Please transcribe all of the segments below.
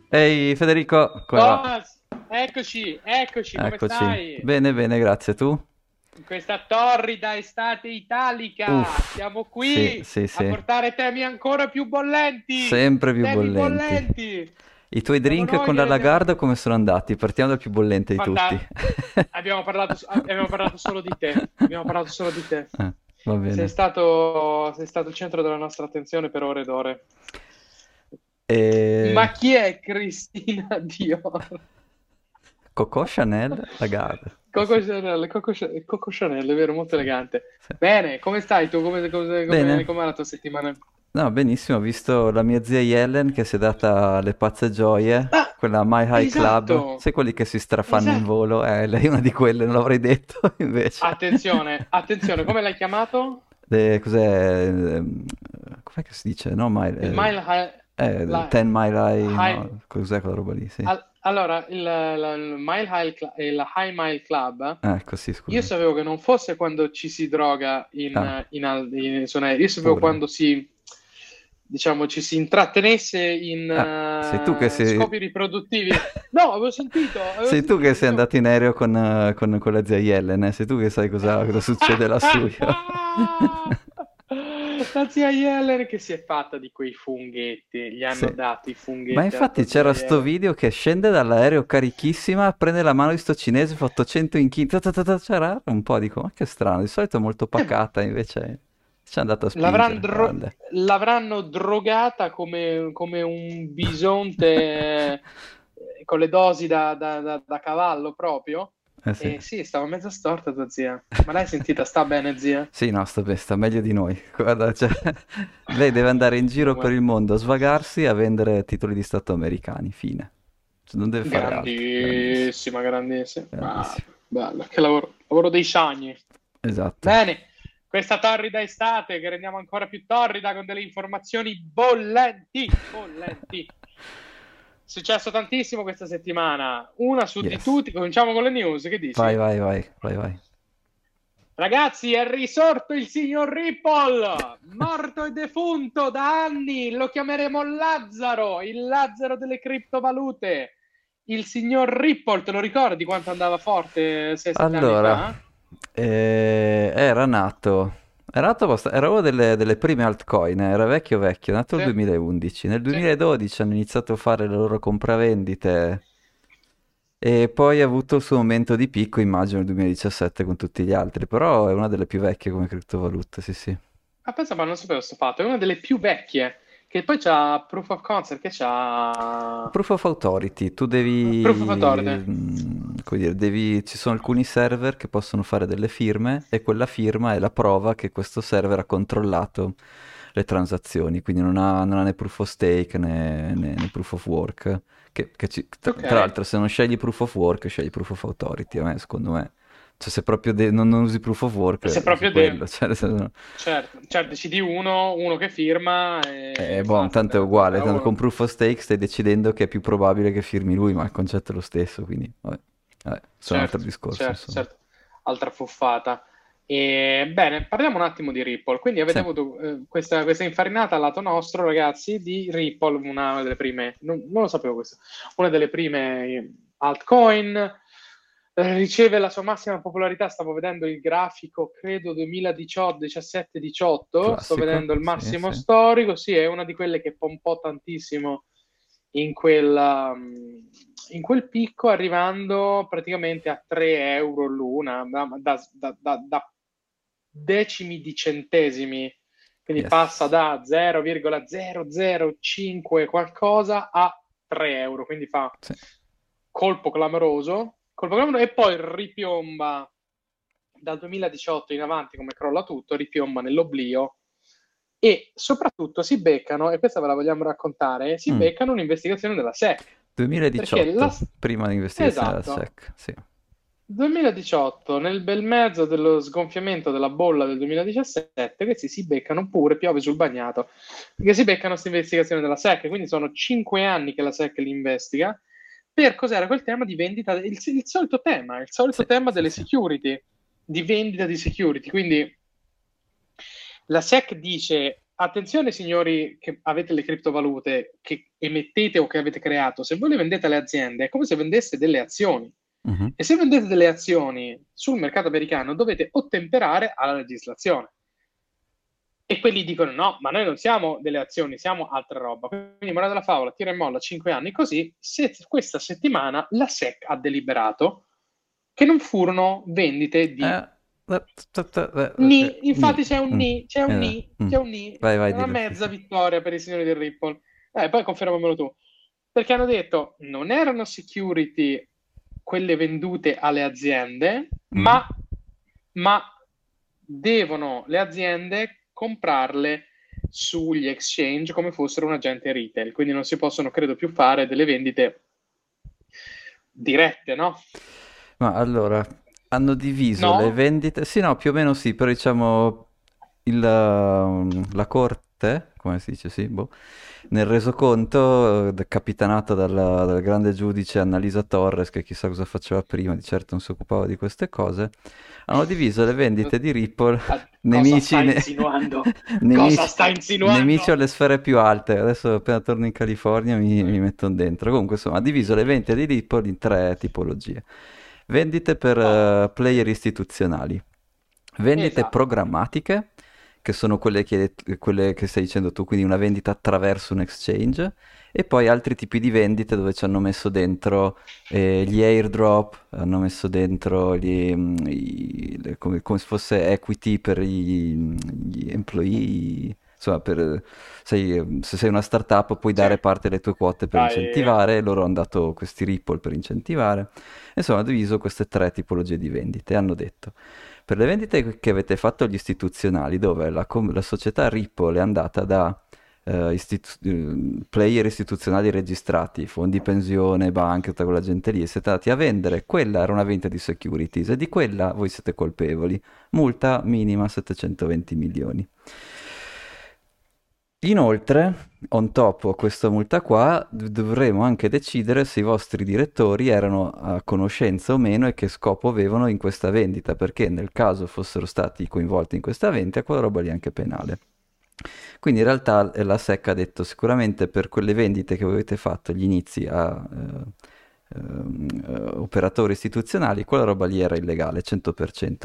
Ehi Federico, come va? Thomas, eccoci, come Eccoci. stai? Bene, bene, grazie. Tu? In questa torrida estate italica, Uff, siamo sì, qui sì, a sì. portare temi ancora più bollenti, Sempre più temi bollenti. bollenti. I tuoi Siamo drink noi con che la rendiamo Lagarde più... come sono andati? Partiamo dal più bollente di tutti. Fanta- abbiamo parlato solo di te, abbiamo parlato solo di te. Eh, va bene. Sei stato il centro della nostra attenzione per ore ed ore. E... Ma chi è Cristina Dior? Coco Chanel Lagarde. Coco Chanel, Coco Chanel, è vero, molto Sì, elegante. sì. Bene, come stai tu? Bene. Com'è la tua settimana? No, benissimo, ho visto la mia zia Yellen che si è data le pazze gioie, Ah, quella My High Club, esatto, sai quelli che si strafanno in esatto. volo? Lei è una di quelle, non l'avrei detto invece. Attenzione, come l'hai chiamato? Cos'è? Com'è che si dice? No, Il Mile High... 10 Mile High, High- no, cos'è quella roba lì? Sì. allora, il Mile High, il High Mile Club, Ecco, sì, io scusa. sapevo che non fosse quando ci si droga Ah, su un aereo, io sapevo pure. quando diciamo, ci si intrattenesse in Ah, sei tu che sei... scopi riproduttivi. No, Sei tu che sei dicevo... andato in aereo con la zia Yellen, eh? Sei tu che sai cosa succede lassù. Io. La zia Yeller che si è fatta di quei funghetti, gli Sì. hanno dato i Ma funghetti alla infatti tua zia c'era sto Yeller. video che scende dall'aereo carichissima, prende la mano di sto cinese, fa 800 inchini, c'era un po', dico, ma che strano, di solito è molto Eh, pacata, invece ci è andato a L'avranno spingere, grande. l'avranno drogata come un bisonte con le dosi da cavallo proprio. Eh sì. E sì, stava mezza storta tua zia. Ma l'hai sentita? Sta bene, zia? Sì, no, sta meglio di noi. Guarda, cioè, lei deve andare in giro per Guarda, il mondo a svagarsi e a vendere titoli di Stato americani, fine. Cioè, non deve fare altro, grandissimo, grandissima, grandissima. grandissimo. Bello, che lavoro. Lavoro dei sagni. Esatto. Bene, questa torrida estate che rendiamo ancora più torrida con delle informazioni bollenti, bollenti. È successo tantissimo questa settimana. Una su di Yes. tutti. Cominciamo con le news. Che Vai, dici? vai, vai, vai, vai. Ragazzi, è risorto il signor Ripple, morto e defunto da anni. Lo chiameremo Lazzaro, il Lazzaro delle criptovalute. Il signor Ripple, te lo ricordi quanto andava forte 6-7 anni Allora, fa? era una delle prime altcoin, era vecchio vecchio, è nato nel Sì, 2011. Nel sì. 2012 hanno iniziato a fare le loro compravendite e poi ha avuto il suo momento di picco, immagino, nel 2017 con tutti gli altri, però è una delle più vecchie come criptovalute, sì sì. Ah, pensa, ma non sapevo questo fatto. È una delle più vecchie, che poi c'ha Proof of Concept, che c'ha Proof of Authority, tu Proof of devi, Authority. come dire, ci sono alcuni server che possono fare delle firme e quella firma è la prova che questo server ha controllato le transazioni, quindi non ha né proof of stake né proof of work, Ok. tra l'altro se non scegli proof of work scegli proof of authority, a me, secondo me, cioè se proprio non usi proof of work Se usi proprio quello, cioè, nel senso, certo, certo, decidi uno che firma e boh, basta, tanto è te uguale, la tanto con uno. proof of stake stai decidendo che è più probabile che firmi lui, ma il concetto è lo stesso, quindi vabbè, questo è un altro Certo, discorso, certo, insomma. certo. Altra fuffata. E, bene, parliamo un attimo di Ripple. Quindi avete Sì, avuto questa infarinata al lato nostro, ragazzi, di Ripple, una delle prime, non lo sapevo questo, una delle prime altcoin. Riceve la sua massima popolarità, stavo vedendo il grafico, credo 2018, 17, 18, sto classico, vedendo il sì, massimo sì. storico, sì, è una di quelle che pompò tantissimo in in quel picco, arrivando praticamente a 3 euro l'una, da decimi di centesimi, quindi passa Yes. da 0,005 qualcosa a 3 euro, quindi fa Sì. colpo clamoroso e poi ripiomba dal 2018 in avanti, come crolla tutto, ripiomba nell'oblio e soprattutto si beccano, e questa ve la vogliamo raccontare, si Mm. beccano un'investigazione della SEC. Perché 2018, prima dell'investigazione della Esatto. SEC, sì. 2018, nel bel mezzo dello sgonfiamento della bolla del 2017, questi si beccano pure, piove sul bagnato, perché si beccano questa investigazione della SEC, quindi sono 5 anni che la SEC li investiga, per cos'era quel tema di vendita, il Sì, solito tema sì, delle sì. security, di vendita di security, quindi la SEC dice attenzione signori che avete le criptovalute, che emettete o che avete creato, se voi le vendete alle aziende è come se vendeste delle azioni. Mhm. E se vendete delle azioni sul mercato americano dovete ottemperare alla legislazione. E quelli dicono no, ma noi non siamo delle azioni, siamo altra roba. Quindi morale della favola, tira e molla 5 anni così, questa settimana la SEC ha deliberato che non furono vendite di Ok. ni. Infatti c'è un Mm. ni, c'è un ni, Mm. c'è un ni, Vai, vai, una dillo, sì, mezza sì. vittoria per i signori del Ripple. Poi confermamelo tu. Perché hanno detto non erano security quelle vendute alle aziende, Mm. ma devono le aziende comprarle sugli exchange come fossero un agente retail, quindi non si possono, credo, più fare delle vendite dirette, no? Ma allora, hanno diviso le No? vendite, sì, no, più o meno sì, però diciamo la corte, come si dice, sì, boh, nel resoconto, capitanato dal grande giudice Annalisa Torres, che chissà cosa faceva prima, di certo non si occupava di queste cose, hanno diviso le vendite di Ripple, Cosa nemici, sta insinuando? Cosa nemici, sta nemici insinuando? alle sfere più alte. Adesso appena torno in California mi mettono dentro. Comunque, insomma, ha diviso le vendite di Ripple in tre tipologie. Vendite per Oh, player istituzionali, vendite esatto. programmatiche, che sono quelle che stai dicendo tu, quindi una vendita attraverso un exchange, e poi altri tipi di vendite dove ci hanno messo dentro gli airdrop, hanno messo dentro come se fosse equity per gli employee, insomma, se sei una startup puoi Sì, dare parte delle tue quote per dai. incentivare, e loro hanno dato questi Ripple per incentivare. Insomma, hanno diviso queste tre tipologie di vendite e hanno detto, per le vendite che avete fatto agli istituzionali, dove la società Ripple è andata da player istituzionali registrati, fondi pensione, banche, tutta quella gente lì, e siete andati a vendere, quella era una vendita di securities e di quella voi siete colpevoli. Multa minima 720 milioni. Inoltre, on top a questa multa qua, dovremo anche decidere se i vostri direttori erano a conoscenza o meno e che scopo avevano in questa vendita, perché nel caso fossero stati coinvolti in questa vendita, quella roba lì è anche penale. Quindi in realtà la SEC ha detto sicuramente per quelle vendite che voi avete fatto agli inizi a operatori istituzionali, quella roba lì era illegale, 100%,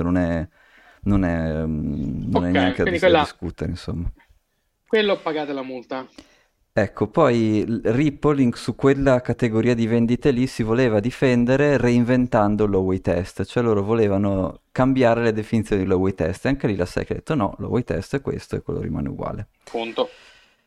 non è Ok, neanche quindi da quella, discutere, insomma. quello pagate la multa. Ecco, poi Ripple su quella categoria di vendite lì si voleva difendere reinventando l'Oway test, cioè loro volevano cambiare le definizioni di l'Oway test, e anche lì la SEC ha detto no, l'Oway test è questo e quello rimane uguale. Punto.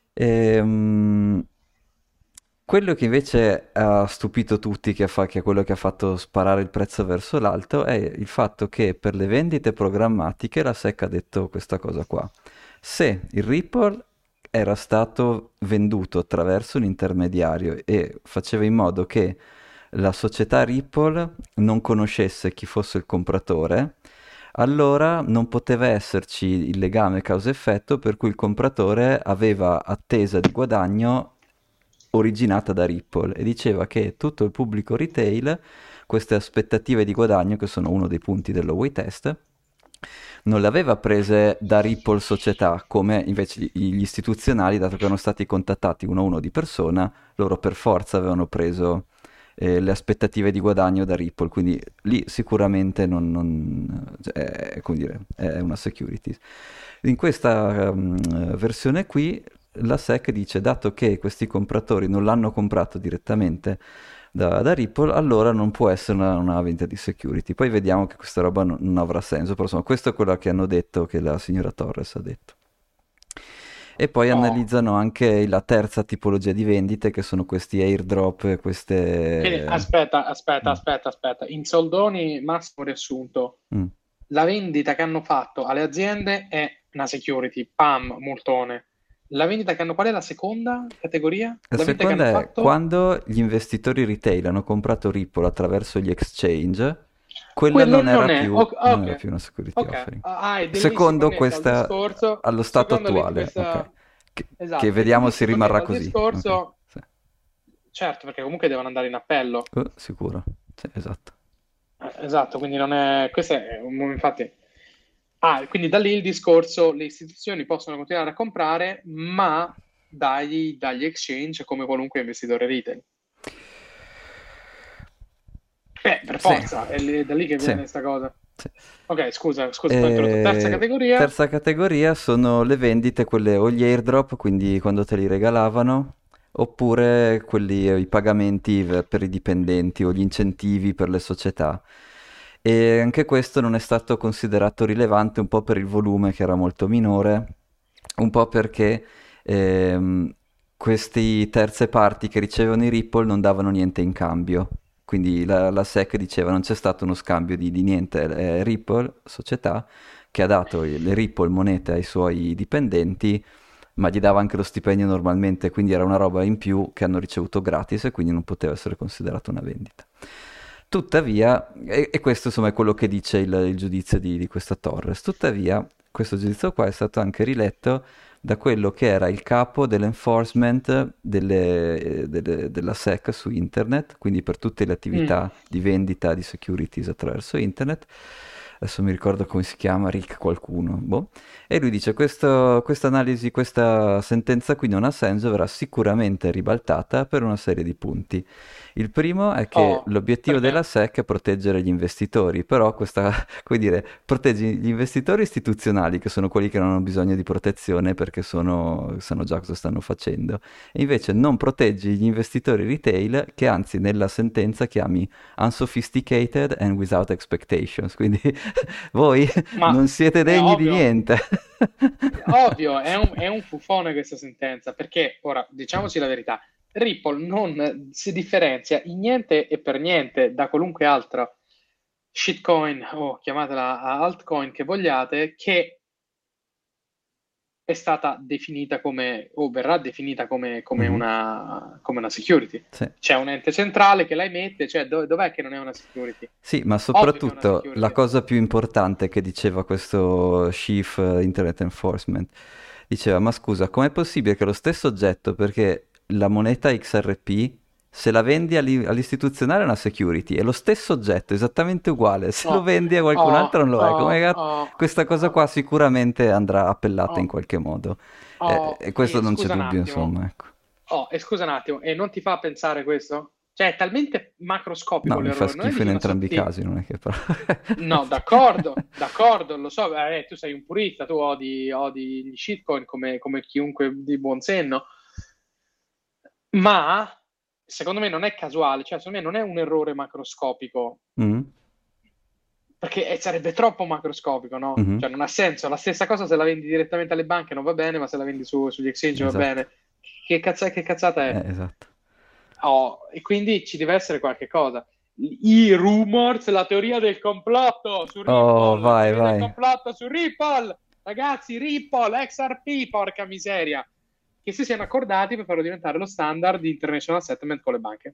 Ehm, Quello che invece ha stupito tutti, che è quello che ha fatto sparare il prezzo verso l'alto, è il fatto che per le vendite programmatiche la SEC ha detto questa cosa qua. Se il Ripple era stato venduto attraverso un intermediario e faceva in modo che la società Ripple non conoscesse chi fosse il compratore, allora non poteva esserci il legame causa-effetto per cui il compratore aveva attesa di guadagno originata da Ripple e diceva che tutto il pubblico retail, queste aspettative di guadagno, che sono uno dei punti dell'Oway test, non le aveva prese da Ripple società, come invece gli istituzionali, dato che erano stati contattati uno a uno di persona, loro per forza avevano preso le aspettative di guadagno da Ripple, quindi lì sicuramente come dire, è una security. In questa versione qui la SEC dice, dato che questi compratori non l'hanno comprato direttamente da Ripple, allora non può essere una vendita di security. Poi vediamo che questa roba non avrà senso, però insomma questo è quello che hanno detto, che la signora Torres ha detto. E poi Oh. analizzano anche la terza tipologia di vendite, che sono questi airdrop, Quindi queste... Mm, aspetta. In soldoni, massimo riassunto, mm. la vendita che hanno fatto alle aziende è una security, PAM, multone. La vendita che hanno, qual è la seconda categoria? La La vendita che seconda hanno è fatto? quando gli investitori retail hanno comprato Ripple attraverso gli exchange, quella Quello non era non è. più, Ok, non era ok. più una security Ok. offering. E di lì si Secondo connette al questa, discorso, allo stato secondo lì attuale, ok. questa. Che Esatto, e di vediamo lì se si rimarrà connette al così, ok. discorso, Sì. certo, perché comunque devono andare in appello. Sicuro, sì, esatto. Esatto, quindi non è. Questo è infatti. Quindi da lì il discorso, le istituzioni possono continuare a comprare, ma dagli exchange come qualunque investitore retail. Per Sì, forza, è da lì che sì, viene questa cosa. sì. Ok, scusa, ti ho interrotto. Terza categoria? Terza categoria sono le vendite, quelle o gli airdrop, quindi quando te li regalavano, oppure quelli, i pagamenti per i dipendenti o gli incentivi per le società. E anche questo non è stato considerato rilevante un po' per il volume che era molto minore, un po' perché ehm, questi terze parti che ricevevano i Ripple non davano niente in cambio. Quindi la SEC diceva non c'è stato uno scambio di niente, è Ripple, società, che ha dato le Ripple monete ai suoi dipendenti, ma gli dava anche lo stipendio normalmente, quindi era una roba in più che hanno ricevuto gratis e quindi non poteva essere considerata una vendita. Tuttavia, e questo insomma è quello che dice il giudizio di questa Torres, tuttavia questo giudizio qua è stato anche riletto da quello che era il capo dell'enforcement della SEC su internet, quindi per tutte le Mm. attività di vendita di securities attraverso internet. Adesso mi ricordo come si chiama, Rick qualcuno, boh. E lui dice questa analisi, questa sentenza qui non ha senso, verrà sicuramente ribaltata per una serie di punti. Il primo è che Oh, l'obiettivo della perché? SEC è proteggere gli investitori, però questa, come dire, proteggi gli investitori istituzionali, che sono quelli che non hanno bisogno di protezione perché sanno già cosa stanno facendo, e invece non proteggi gli investitori retail, che anzi nella sentenza chiami unsophisticated and without expectations, quindi voi Ma non siete è degni di ovvio, niente. ovvio, è un fufone questa sentenza, perché ora, diciamoci la verità, Ripple non si differenzia in niente e per niente da qualunque altra shitcoin o chiamatela altcoin che vogliate, che è stata definita come, o verrà definita come Mhm. una security. Sì. C'è un ente centrale che la emette, cioè dov'è che non è una security? Sì, ma Ovvio che è una soprattutto la security. cosa più importante che diceva questo chief Internet Enforcement, diceva, ma scusa, com'è possibile che lo stesso oggetto, perché la moneta XRP, se la vendi all'istituzionale è una security, è lo stesso oggetto, esattamente uguale, se lo Oh, vendi a qualcun altro oh, non lo è, oh, oh, questa cosa oh, qua sicuramente andrà appellata in oh, qualche modo. E questo e non c'è scusa un dubbio, attimo, insomma, ecco. e scusa un attimo, e non ti fa pensare questo? Cioè, è talmente macroscopico No, mi fa l'errore, non è schifo di in una entrambi i sottile. casi, non è che però... No, d'accordo, lo so, tu sei un purista, tu odi gli shitcoin come chiunque di buon senno, ma secondo me non è casuale, cioè secondo me non è un errore macroscopico, Mm? perché sarebbe troppo macroscopico, no? Mhm. Cioè non ha senso, la stessa cosa se la vendi direttamente alle banche non va bene, ma se la vendi sugli exchange va Esatto. bene. Che cazzata è? Esatto. E quindi ci deve essere qualche cosa. I rumors, la teoria del complotto su Oh, Ripple, vai, teoria del vai. complotto su Ripple, ragazzi, Ripple, XRP, porca miseria, che si siano accordati per farlo diventare lo standard di international settlement con le banche.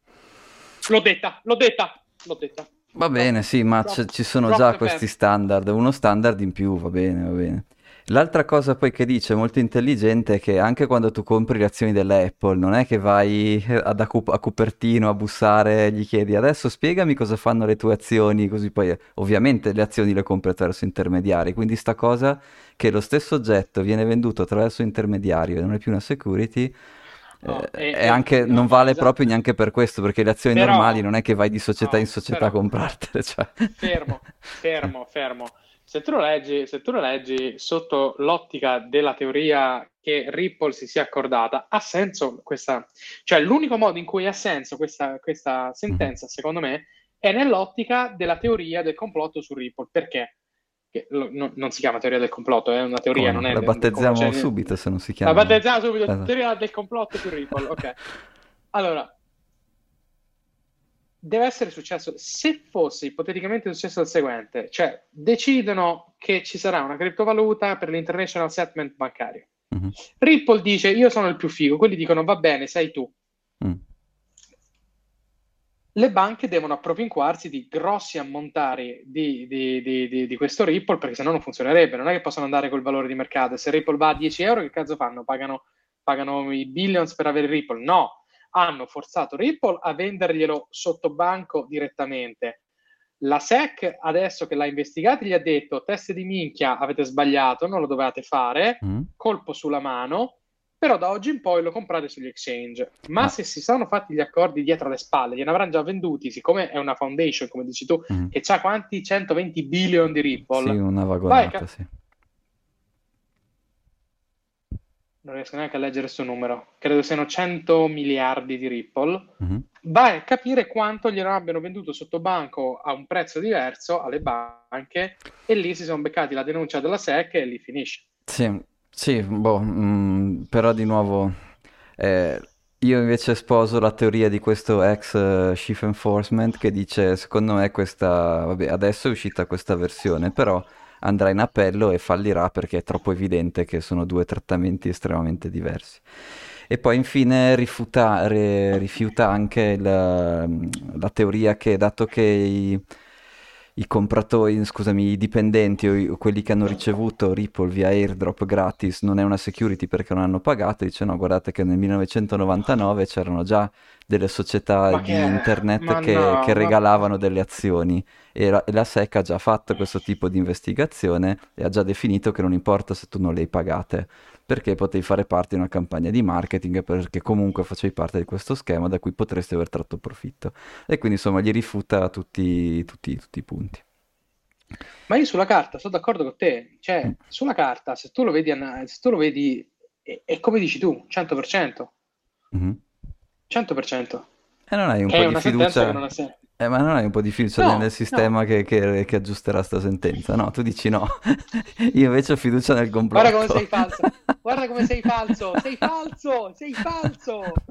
L'ho detta. Va bene, Drop, sì, ma drop, ci sono drop già the pen. questi standard, uno standard in più, va bene, va bene. L'altra cosa poi che dice, molto intelligente, è che anche quando tu compri le azioni dell'Apple, non è che vai a Cupertino a bussare e gli chiedi adesso spiegami cosa fanno le tue azioni, così poi ovviamente le azioni le compri attraverso intermediari, quindi sta cosa che lo stesso oggetto viene venduto attraverso intermediario e non è più una security, Oh, e anche no, non ma vale esatto. proprio neanche per questo, perché le azioni normali Però, non è che vai di società in società a però, comprartele, cioè. fermo. Se tu lo leggi sotto l'ottica della teoria che Ripple si sia accordata, ha senso questa, cioè l'unico modo in cui ha senso questa Mhm. sentenza, secondo me, è nell'ottica della teoria del complotto su Ripple. Perché? Che non si chiama teoria del complotto, è una Come teoria, no? non è La del complotto. battezziamo Cioè, subito se non si la chiama. battezziamo subito, Esatto. teoria del complotto su Ripple, ok. Allora, deve essere successo, se fosse ipoteticamente successo il seguente, cioè decidono che ci sarà una criptovaluta per l'international settlement bancario. Mhm. Ripple dice io sono il più figo, quelli dicono va bene, sei tu. Mm. Le banche devono appropinquarsi di grossi ammontari di questo Ripple perché sennò non funzionerebbe, non è che possono andare col valore di mercato. Se Ripple va a 10 euro, che cazzo fanno? Pagano i billions per avere Ripple? No, hanno forzato Ripple a venderglielo sotto banco direttamente. La SEC, adesso che l'ha investigato, gli ha detto: teste di minchia, avete sbagliato, non lo dovevate fare, Mm. colpo sulla mano, però da oggi in poi lo comprate sugli exchange. Ma Ma se si sono fatti gli accordi dietro le spalle, gliene avranno già venduti, siccome è una foundation, come dici tu, mm, che c'ha quanti? 120 billion di sì, Ripple. una Vai, vagonata, sì. non riesco neanche a leggere questo numero, credo siano 100 miliardi di Ripple. Mhm. Vai a capire quanto glielo abbiano venduto sotto banco a un prezzo diverso alle banche, e lì si sono beccati la denuncia della SEC e lì finisce. Sì, sì, boh, però di nuovo eh, io invece sposo la teoria di questo ex chief enforcement che dice, secondo me questa, vabbè, adesso è uscita questa versione, però andrà in appello e fallirà perché è troppo evidente che sono due trattamenti estremamente diversi. E poi infine rifiuta anche la teoria che dato che i compratori, scusami, i dipendenti o quelli che hanno ricevuto Ripple via airdrop gratis non è una security perché non hanno pagato, dice no, guardate che nel 1999 c'erano già delle società Ma di che... internet Ma che no, ma... regalavano delle azioni e la SEC ha già fatto questo tipo di investigazione e ha già definito che non importa se tu non le hai pagate, perché potevi fare parte di una campagna di marketing, perché comunque facevi parte di questo schema da cui potresti aver tratto profitto. E quindi insomma gli rifuta tutti i punti. Ma io sulla carta sono d'accordo con te, Mm. cioè sulla carta se tu lo vedi, se tu lo vedi è come dici tu, 100%, Mhm. 100%, E non hai un che po' è di una sentenza che fiducia, non ha senso. ma non hai un po' di fiducia nel No, no, sistema che aggiusterà sta sentenza? No, tu dici no. Io invece ho fiducia nel guarda come complotto. sei falso, guarda come sei falso, sei falso, sei falso,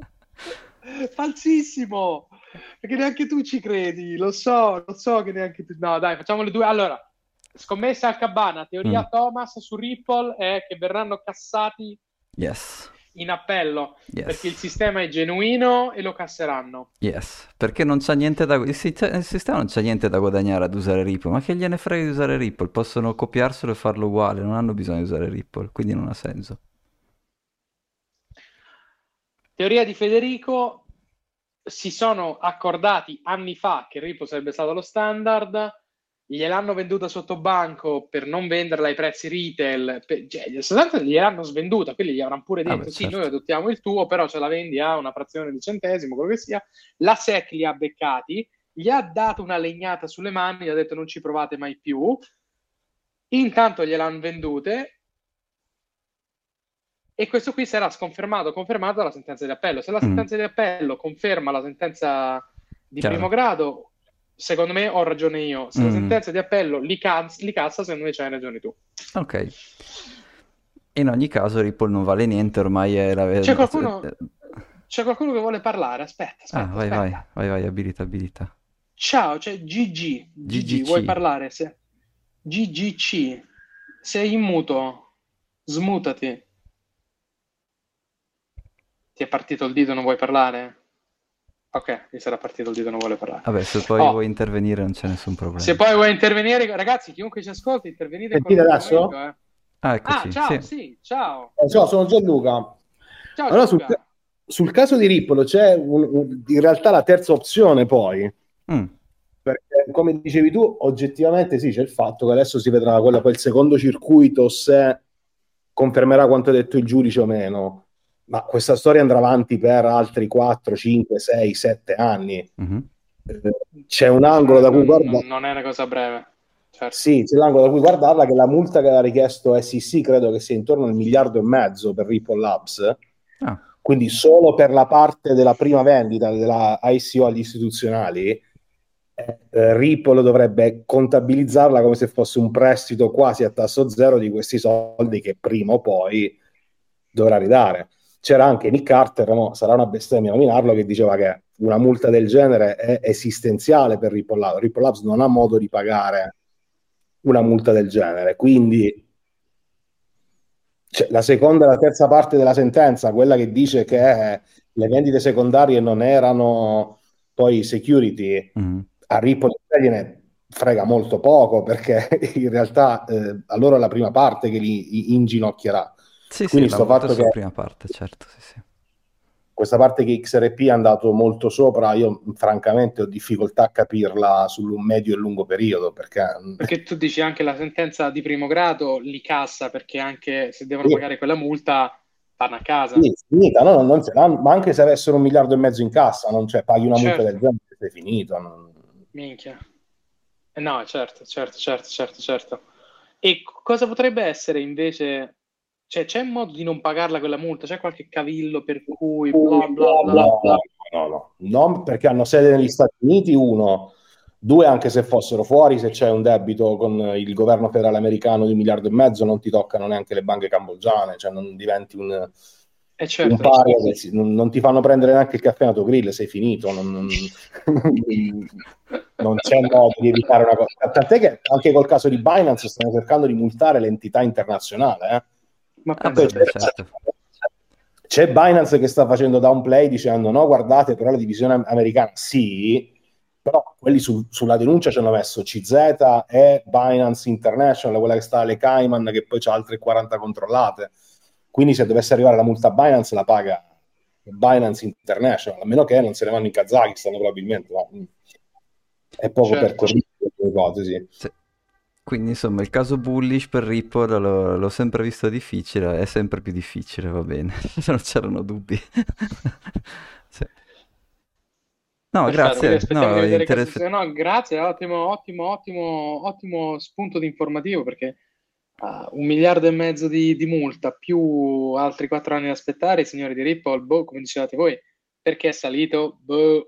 falsissimo, perché neanche tu ci credi, lo so che neanche tu... No, dai, facciamo le due. Allora, scommessa al Cabana, Mm. teoria Thomas su Ripple è che verranno cassati Yes, in appello, perché il yes, sistema è genuino e lo casseranno. yes. Perché non c'è niente da... il sistema non c'è niente da guadagnare ad usare Ripple, ma che gliene frega di usare Ripple? Possono copiarselo e farlo uguale, non hanno bisogno di usare Ripple, quindi non ha senso. Teoria di Federico, si sono accordati anni fa che Ripple sarebbe stato lo standard, gliel'hanno venduta sotto banco per non venderla ai prezzi retail, cioè, sostanzialmente gliel'hanno svenduta, quindi gli avranno pure Ah beh, detto sì, noi certo. adottiamo il tuo, però ce la vendi a una frazione di centesimo, quello che sia. La SEC li ha beccati, gli ha dato una legnata sulle mani, gli ha detto non ci provate mai più, intanto gliel'hanno vendute e questo qui sarà sconfermato o confermato dalla sentenza di appello. Se la Mm, sentenza di appello conferma la sentenza di primo chiaro. grado, secondo me ho ragione io. Se la Mm, sentenza di appello li cassa, secondo me c'hai ragione tu. ok. In ogni caso Ripple non vale niente, ormai è la... C'è qualcuno, c'è qualcuno che vuole parlare? Aspetta, Ah, aspetta, vai, vai, aspetta. vai, vai, abilita, abilita. Ciao, c'è GG. GG, vuoi GGC. parlare? GGC, sei in muto. Smutati. Ti è partito il dito, non vuoi parlare? Ok, mi sarà partito il dito, non vuole parlare. Vabbè, se poi vuoi Oh, intervenire non c'è nessun se problema. poi vuoi intervenire, ragazzi, chiunque ci ascolti, intervenite in Sentite qualunque momento, adesso? eh. Ah, Ah, eccoci, ciao, sì. sì, ciao. Ciao, sono Gianluca. Ciao Allora, Gianluca. sul caso di Ripple c'è in realtà la terza opzione poi, Mm, perché come dicevi tu, oggettivamente sì, c'è il fatto che adesso si vedrà poi il secondo circuito se confermerà quanto ha detto il giudice o meno, ma questa storia andrà avanti per altri 4, 5, 6, 7 anni. mhm. C'è un angolo da cui guardare. Non è una cosa breve, certo. Sì, c'è l'angolo da cui guardarla che la multa che aveva richiesto SEC credo che sia intorno al miliardo e mezzo per Ripple Labs, Ah, quindi solo per la parte della prima vendita della ICO agli istituzionali, Ripple dovrebbe contabilizzarla come se fosse un prestito quasi a tasso zero di questi soldi che prima o poi dovrà ridare. C'era anche Nick Carter, no? Sarà una bestemmia nominarlo, che diceva che una multa del genere è esistenziale per Ripple Labs. Ripple Labs non ha modo di pagare una multa del genere, quindi la seconda e la terza parte della sentenza, quella che dice che le vendite secondarie non erano poi security, mhm. a Ripple gliene frega molto poco perché in realtà a loro è la prima parte che li inginocchierà. Sì, sì, Quindi la sto multa è fatto che sulla prima parte, certo, sì, sì. questa parte che XRP è andato molto sopra, io francamente ho difficoltà a capirla sul medio e lungo periodo, Perché tu dici anche la sentenza di primo grado li cassa perché anche se devono sì, pagare quella multa vanno a casa. sì, è finita, no? Non ce l'hanno, ma anche se avessero 1,5 miliardi in cassa, non c'è, paghi una multa del Certo, genere, sei finito. minchia. No, certo, certo, certo, certo, certo. E cosa potrebbe essere invece? Cioè, c'è un modo di non pagarla quella multa? C'è qualche cavillo per cui bla bla bla? No, no, no, no, no, perché hanno sede negli Stati Uniti, uno, due, anche se fossero fuori, se c'è un debito con il governo federale americano di 1,5 miliardi, non ti toccano neanche le banche cambogiane, cioè non diventi un Certo, paria, non ti fanno prendere neanche il caffè in autogrill, sei finito, non c'è modo di evitare una cosa. Tant'è che anche col caso di Binance stanno cercando di multare l'entità internazionale, eh. ma Ah pensa beh, a beh, te. certo. C'è Binance che sta facendo downplay dicendo no, guardate, però la divisione americana sì, però quelli sulla denuncia ci hanno messo CZ e Binance International, quella che sta alle Cayman, che poi c'ha altre 40 controllate. Quindi se dovesse arrivare la multa a Binance la paga Binance International, a meno che non se ne vanno in Kazakistan probabilmente, ma è poco Certo. percorribile l'ipotesi. Sì. Quindi insomma il caso bullish per Ripple l'ho sempre visto difficile, è sempre più difficile, va bene, non c'erano dubbi. Sì. No, Perfetto, quindi grazie, aspettiamo di no, vedere cosa succede. No, grazie, ottimo, ottimo, ottimo, ottimo spunto di informativo perché 1,5 miliardi di multa più altri 4 anni da aspettare, i signori di Ripple, boh, come dicevate voi, perché è salito? Boh.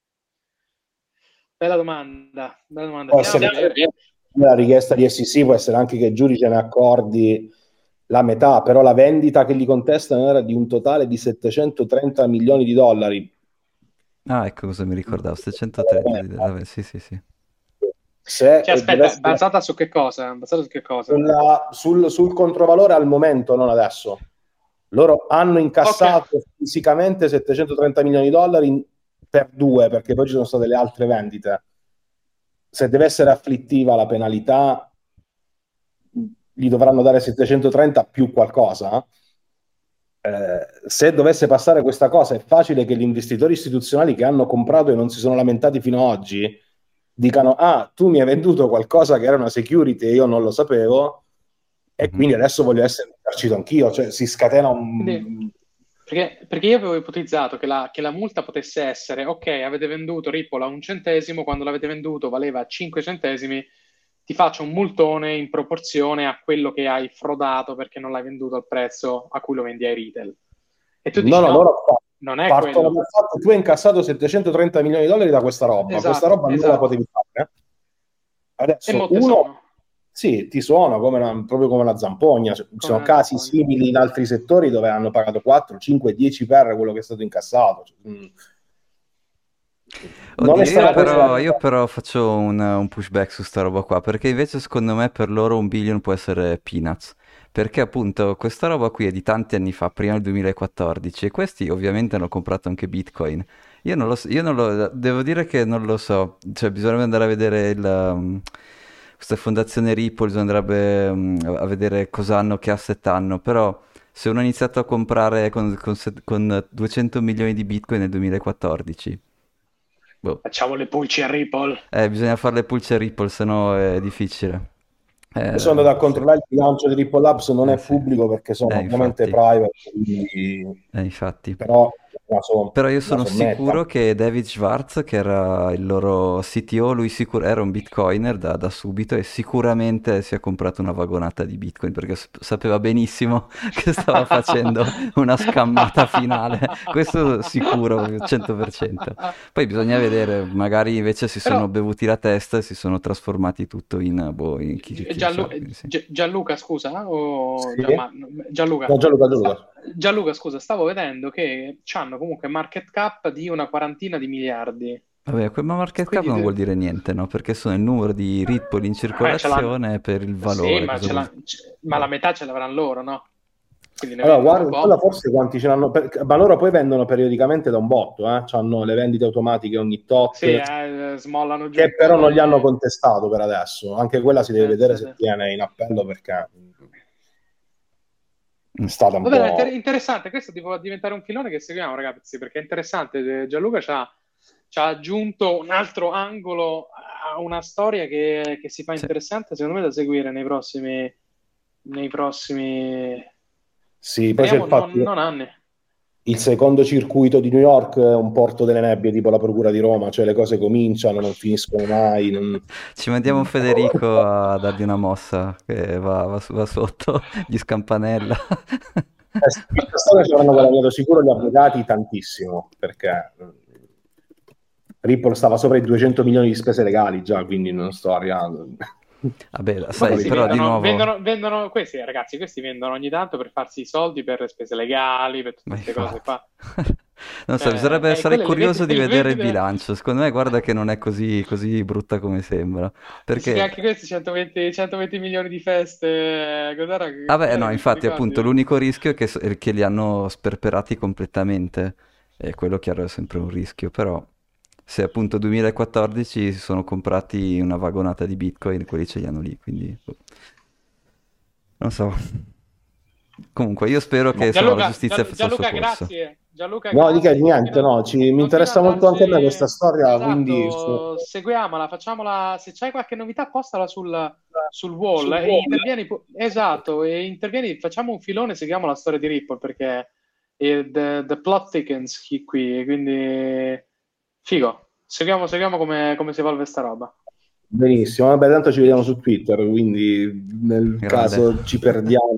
Bella domanda, bella domanda. Può Andiamo a essere vedere. la richiesta di SEC, può essere anche che il giudice ne accordi la metà, però la vendita che gli contestano era di un totale di 730 milioni di dollari. Ah, ecco cosa mi ricordavo, 730 sì, sì, sì. Se Cioè, aspetta, dovesse basata su che cosa? Basata su che cosa? sul controvalore al momento, non adesso. Loro hanno Ok, incassato fisicamente 730 milioni di dollari per due, perché poi ci sono state le altre vendite. Se deve essere afflittiva la penalità, gli dovranno dare 730 più qualcosa. Se dovesse passare questa cosa, è facile che gli investitori istituzionali che hanno comprato e non si sono lamentati fino ad oggi dicano: ah, tu mi hai venduto qualcosa che era una security e io non lo sapevo, e Mhm. quindi adesso voglio essere risarcito anch'io. Cioè, si scatena quindi un. perché io avevo ipotizzato che la multa potesse essere, ok, avete venduto Ripple a 1 centesimo, quando l'avete venduto valeva 5 centesimi, ti faccio un multone in proporzione a quello che hai frodato perché non l'hai venduto al prezzo a cui lo vendi ai retail. E tu No, dici no, no, loro non è partono quello. dal fatto che tu hai incassato 730 milioni di dollari da questa Esatto, roba non la esatto. potevi fare. E Adesso molte uno, sono, sì, ti suona proprio come una zampogna. Ci come sono una casi zampogna. simili in altri settori dove hanno pagato 4, 5, 10 per quello che è stato incassato. Non è Oddio, stata questa. io però faccio un pushback su sta roba qua, perché invece secondo me per loro 1 billion può essere peanuts. Perché appunto questa roba qui è di tanti anni fa, prima del 2014, e questi ovviamente hanno comprato anche Bitcoin. Io non lo so, devo dire che non lo so, cioè bisognerebbe andare a vedere questa fondazione Ripple, bisognerebbe a vedere cosa hanno, che asset hanno, però se uno ha iniziato a comprare con 200 milioni di Bitcoin nel 2014, boh. Facciamo le pulci a Ripple. Bisogna fare le pulce a Ripple, sennò è difficile. Io sono andato a Sì. controllare il bilancio di Ripple Labs, non è Sì. pubblico perché sono ovviamente Infatti. private, quindi. Infatti. Però Però io la sono sommetta. sicuro che David Schwartz, che era il loro CTO, era un bitcoiner da subito e sicuramente si è comprato una vagonata di bitcoin perché sapeva benissimo che stava facendo una scammata finale. Questo sicuro, 100%. Poi bisogna vedere, magari invece si Però sono bevuti la testa e si sono trasformati tutto in, boh, in chi lo sa. Quindi sì. Gianluca, scusa, o Sì. Gianluca, No, Gianluca. Gianluca, scusa, stavo vedendo che hanno comunque market cap di una quarantina di miliardi. Vabbè, ma market cap Quindi, non vuol dire niente, no? Perché sono il numero di Ripple in ce l'hanno. circolazione per il Sì, valore. ma la Boh. metà ce l'avranno loro, no? Quindi ne Allora, vendono un guarda, quella po'. forse quanti ce l'hanno, ma loro poi vendono periodicamente da un botto, hanno le vendite automatiche ogni Sì, tot, smollano giù che un po' però non gli hanno di. contestato per adesso. Anche quella si deve vedere Pensa se te. tiene in appello perché. È stata un Va bene, po'... interessante, questo può diventare un filone che seguiamo, ragazzi, perché è interessante. Gianluca ci ha aggiunto un altro angolo a una storia che si fa Sì. interessante, secondo me, da seguire nei prossimi, Sì, poi c'è il speriamo, fatto che non anni. il secondo circuito di New York è un porto delle nebbie, tipo la Procura di Roma, cioè le cose cominciano, non finiscono mai. Ci mandiamo Federico a dargli una mossa che va sotto, gli scampanella. Su questa storia ci avranno guadagnato sicuro gli avvocati tantissimo, perché Ripple stava sopra i 200 milioni di spese legali già, quindi non sto arrivando. Vabbè, Ma sai, questi però di nuovo... vendono, questi ragazzi, questi vendono ogni tanto per farsi i soldi per le spese legali, per tutte Ma queste cose infatti. qua. Non so, sarei Quelle curioso di le vedere vedi il bilancio. Secondo me, guarda che non è così brutta come sembra. sì, che Perché, anche questi 120 milioni di feste, vabbè, cos'era no, che ti infatti, ricordi? appunto, l'unico rischio è che li hanno sperperati completamente. E quello chiaro è sempre un rischio, però se appunto 2014 si sono comprati una vagonata di Bitcoin, quelli ce li hanno lì, quindi boh. Non so. Comunque, io spero che insomma, la giustizia faccia il suo Gianluca, corso. grazie. Gianluca, No, di che grazie. niente, no, mi Continua a interessa molto anche a me questa darci... storia, quindi Esatto, seguiamola, facciamola. Se c'hai qualche novità, postala sul wall sul e volo. intervieni. Esatto, e intervieni, facciamo un filone, seguiamo la storia di Ripple perché the plot thickens qui, quindi figo. Seguiamo come si evolve sta roba. Benissimo, vabbè, tanto ci vediamo su Twitter, quindi nel Grande. caso ci perdiamo.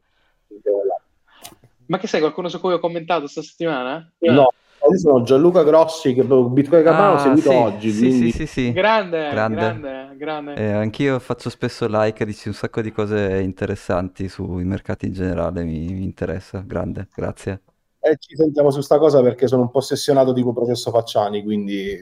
Ma che sai, qualcuno su cui ho commentato sta settimana? No, io sono Gianluca Grossi che Bitcoin Cabana ho Ah, seguito sì, oggi, sì, sì, quindi sì, sì. Grande, Grande. grande, grande. Anch'io faccio spesso like, dici un sacco di cose interessanti sui mercati in generale, mi interessa. Grande, grazie. ci sentiamo su sta cosa perché sono un po' ossessionato tipo processo Facciani, quindi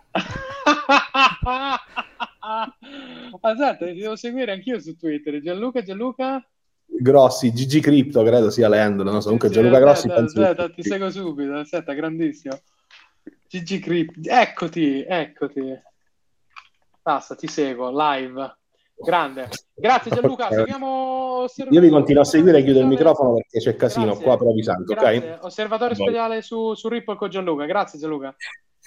Aspetta, ti devo seguire anch'io su Twitter. Gianluca? Grossi, GG Crypto credo sia l'handle, non so, Sì, comunque sì, Gianluca Grossi aspetta, penso aspetta, ti seguo subito. Aspetta, grandissimo. GG Crip, eccoti. Basta, ti seguo, live. Grande. Grazie Gianluca, seguiamo Io vi continuo a Osservatorio seguire, chiudo il Speciale. microfono perché c'è casino qua, Grazie, però vi sento, grazie. ok? Osservatorio Vai. Speciale su Ripple con Gianluca. Grazie Gianluca.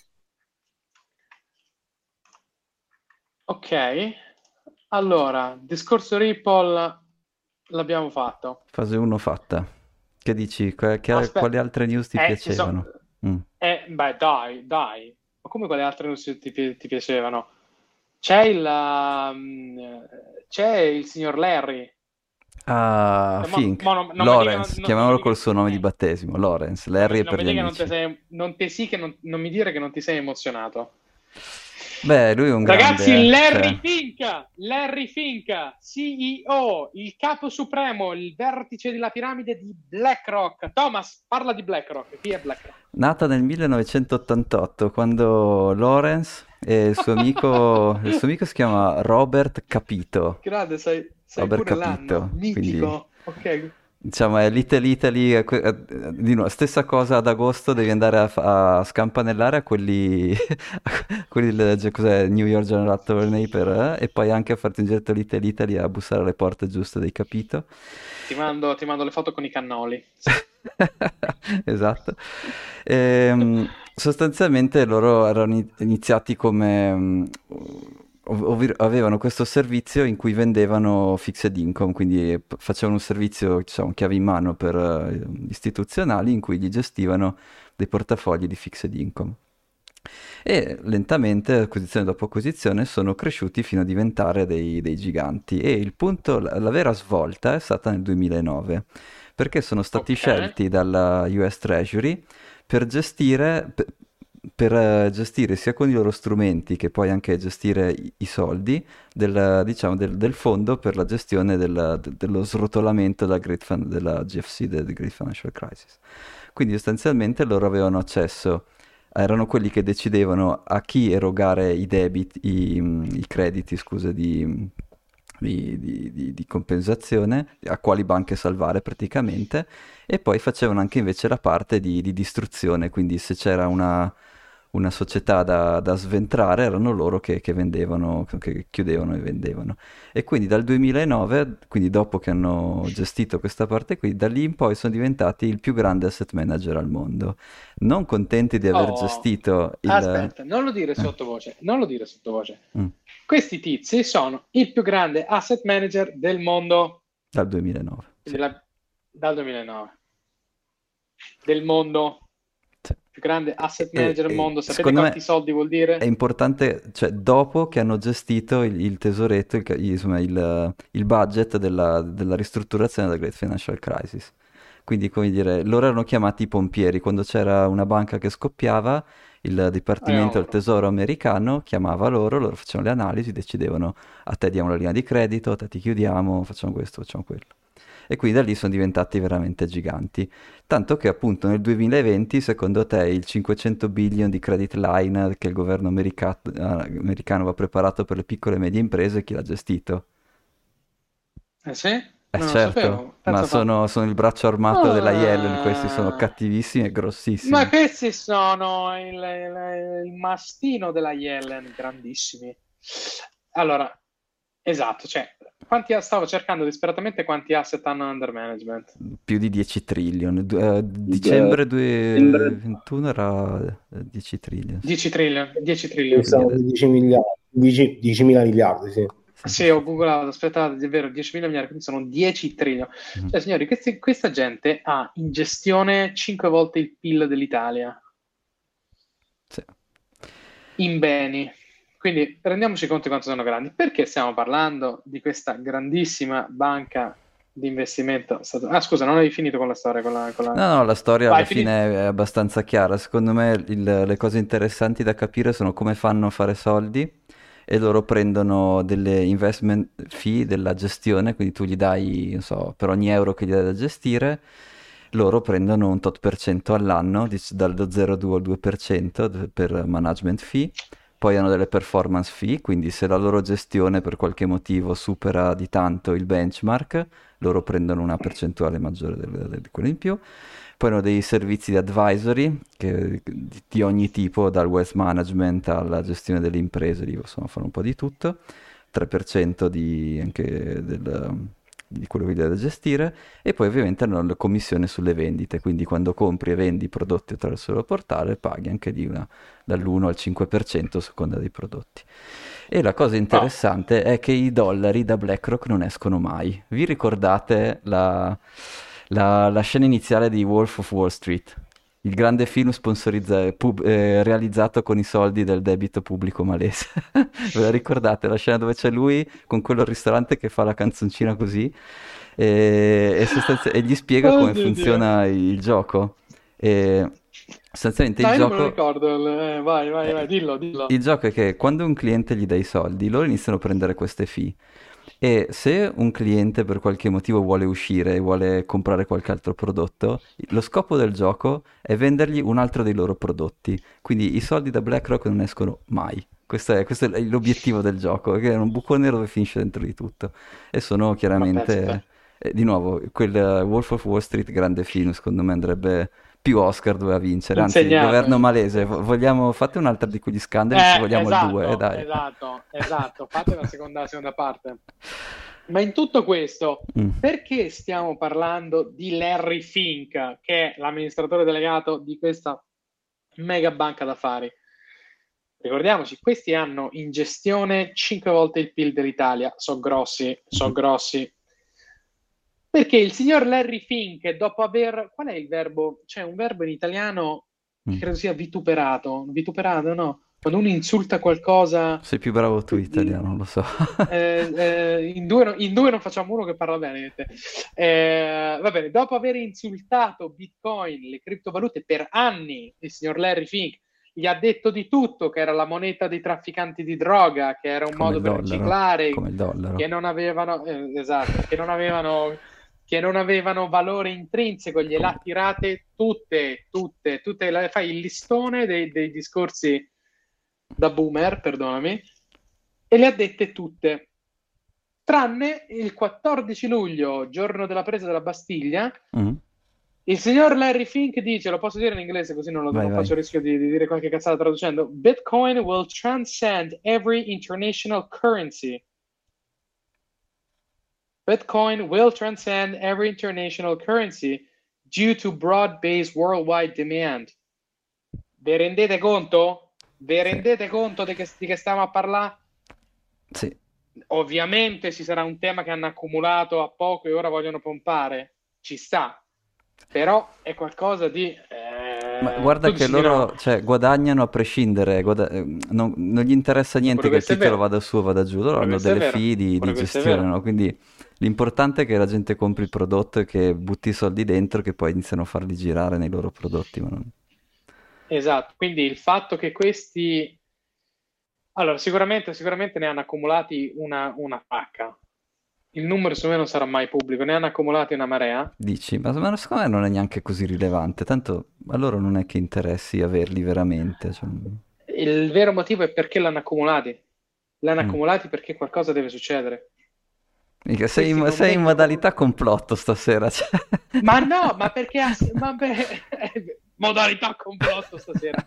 Ok, allora, discorso Ripple l'abbiamo fatto. Fase 1 fatta. Che dici? Aspetta, Quali altre news ti ci sono... piacevano? Mm. Beh, dai. Ma come quale altre news ti piacevano? C'è il signor Larry. Ah, Fink. Non mi dica, Lawrence, chiamiamolo col suo nome di battesimo. Lawrence. Larry è non per mi gli dica che amici. non mi dire che non ti sei emozionato. Beh, lui è un Ragazzi, grande... Larry Fink, CEO, il capo supremo, il vertice della piramide di BlackRock. Thomas, parla di BlackRock. Chi è BlackRock? Nata nel 1988, quando Lawrence e il suo amico si chiama Robert Capito. Grande, sai Robert pure l'anno. Capito, quindi Mitico. Ok. diciamo è Little Italy, di nuovo, stessa cosa ad agosto, devi andare a scampanellare a quelli, a quelli cos'è, New York General Attorney e poi anche a farti un giretto Little Italy a bussare alle porte giuste dei Capito. Ti mando le foto con i cannoli. Esatto. Sostanzialmente loro erano iniziati come... avevano questo servizio in cui vendevano fixed income, quindi facevano un servizio, diciamo, chiave in mano per istituzionali in cui gli gestivano dei portafogli di fixed income. E lentamente, acquisizione dopo acquisizione, sono cresciuti fino a diventare dei giganti. E il punto, la vera svolta è stata nel 2009, perché sono stati Ok. scelti dalla US Treasury per gestire sia con i loro strumenti che poi anche gestire i soldi diciamo, del fondo per la gestione dello srotolamento della GFC, del Great Financial Crisis. Quindi sostanzialmente loro avevano accesso, erano quelli che decidevano a chi erogare i crediti, scusa, di compensazione, a quali banche salvare praticamente, e poi facevano anche invece la parte di distruzione, quindi se c'era una società da sventrare, erano loro che vendevano, che chiudevano e vendevano. E quindi dal 2009, quindi dopo che hanno gestito questa parte qui, da lì in poi sono diventati il più grande asset manager al mondo. Non contenti di aver Oh, gestito il... aspetta, non lo dire eh, sottovoce, non lo dire sottovoce. mm, Questi tizi sono il più grande asset manager del mondo, dal 2009, sì. quindi dal 2009, del mondo, Sì. più grande asset manager del mondo. Sapete Secondo quanti me soldi vuol è dire? importante, cioè dopo che hanno gestito il tesoretto, insomma, il budget della ristrutturazione della Great Financial Crisis. Quindi, come dire, loro erano chiamati i pompieri. Quando c'era una banca che scoppiava, il Dipartimento del Loro. Tesoro americano chiamava loro facevano le analisi, decidevano a te diamo la linea di credito, a te ti chiudiamo, facciamo questo, facciamo quello. E quindi da lì sono diventati veramente giganti. Tanto che appunto nel 2020, secondo te, il 500 billion di credit line che il governo americano aveva preparato per le piccole e medie imprese, chi l'ha gestito? Eh sì? Non lo Certo, sapevo. ma Pensa fa. sono il braccio armato della Yellen, questi sono Ah, cattivissimi e ma grossissimi. questi sono il mastino della Yellen, grandissimi. Allora, esatto, cioè, stavo cercando disperatamente quanti asset hanno under management. Più di 10 trillion. Eh, Dicembre Sembra 2021 era 10 trillion, sì. 10 trillion, 10 che trillion. Quindi siamo di 10 miliardi, 10 mila miliardi, sì. sì, Sì, sì. ho googlato, aspettate, è vero, 10 mila miliardi, quindi sono 10 trillion. Mhm. Cioè, signori, questa gente ha in gestione 5 volte il PIL dell'Italia Sì. in beni. Quindi rendiamoci conto di quanto sono grandi. Perché stiamo parlando di questa grandissima banca di investimento? Ah, scusa, non hai finito con la storia. No, no, la storia alla Vai, finito. fine è abbastanza chiara. Secondo me le cose interessanti da capire sono come fanno a fare soldi e loro prendono delle investment fee della gestione, quindi tu gli dai, non so, per ogni euro che gli dai da gestire, loro prendono un tot per cento all'anno, dallo 0,2 al 2% per management fee. Poi hanno delle performance fee, quindi se la loro gestione per qualche motivo supera di tanto il benchmark, loro prendono una percentuale maggiore di quello in più. Poi hanno dei servizi di advisory di ogni tipo, dal wealth management alla gestione delle imprese, lì insomma fanno un po' di tutto, 3% anche di quello che devi da gestire, e poi ovviamente hanno la commissione sulle vendite, quindi quando compri e vendi prodotti attraverso il loro portale paghi anche lì dall'1 al 5% a seconda dei prodotti. E la cosa Oh, interessante è che i dollari da BlackRock non escono mai. Vi ricordate la scena iniziale di Wolf of Wall Street? Il grande film realizzato con i soldi del debito pubblico malese. Ve la ricordate? La scena dove c'è lui con quello al ristorante che fa la canzoncina così e gli spiega come oddio Dio. funziona il gioco. E sostanzialmente No, io non me lo ricordo. Vai, vai, vai, dillo, dillo. il gioco è che quando un cliente gli dà i soldi, loro iniziano a prendere queste fee. E se un cliente per qualche motivo vuole uscire e vuole comprare qualche altro prodotto, lo scopo del gioco è vendergli un altro dei loro prodotti. Quindi i soldi da BlackRock non escono mai. Questo è l'obiettivo del gioco, che è un buco nero dove finisce dentro di tutto. E sono Ma pensa te. chiaramente, di nuovo, quel Wolf of Wall Street, grande film, secondo me andrebbe più Oscar doveva vincere. Anzi, governo Insegnate. malese, fate un'altra di quegli scandali, ci vogliamo il 2, Esatto, dai. esatto, esatto. Fate la seconda parte. Ma in tutto questo, Mm. perché stiamo parlando di Larry Fink, che è l'amministratore delegato di questa mega banca d'affari? Ricordiamoci, questi hanno in gestione 5 volte il PIL dell'Italia. So grossi, so Mhm. grossi. Perché il signor Larry Fink, dopo aver... Qual è il verbo? C'è un verbo in italiano che Mm. credo sia vituperato. Vituperato, no? Quando uno insulta qualcosa... Sei più bravo tu italiano, non lo so. in due non facciamo uno che parla bene. Va bene, dopo aver insultato Bitcoin, le criptovalute per anni, il signor Larry Fink gli ha detto di tutto, che era la moneta dei trafficanti di droga, che era un Come modo il per dollaro, riciclare, come il dollaro. che non avevano, esatto, che non avevano valore intrinseco, gliel'ha Come- tirate tutte, fai il listone dei discorsi da boomer, perdonami, e le ha dette tutte, tranne il 14 luglio, giorno della presa della Bastiglia, Mm. Il signor Larry Fink dice, lo posso dire in inglese così non Vai, faccio il rischio di dire qualche cazzata traducendo: Bitcoin will transcend every international currency. Bitcoin will transcend every international currency due to broad-based worldwide demand. Vi rendete conto? Vi rendete conto di che stiamo a parlare? Sì. Ovviamente ci sarà un tema che hanno accumulato a poco e ora vogliono pompare. Ci sta. Però è qualcosa di... Ma guarda che loro guadagnano a prescindere, non gli interessa niente che il titolo vada su o vada giù, loro hanno delle fee di gestione, no? Quindi l'importante è che la gente compri il prodotto e che butti i soldi dentro, che poi iniziano a farli girare nei loro prodotti. Esatto, quindi il fatto che questi... Allora, sicuramente ne hanno accumulati una pacca. Il numero secondo me non sarà mai pubblico, ne hanno accumulati una marea. Dici, ma secondo me non è neanche così rilevante, tanto a loro non è che interessi averli veramente. Il vero motivo è perché l'hanno accumulati. L'hanno accumulati perché qualcosa deve succedere. Mica, sei in modalità complotto stasera. Ma no, ma perché... modalità complotto stasera.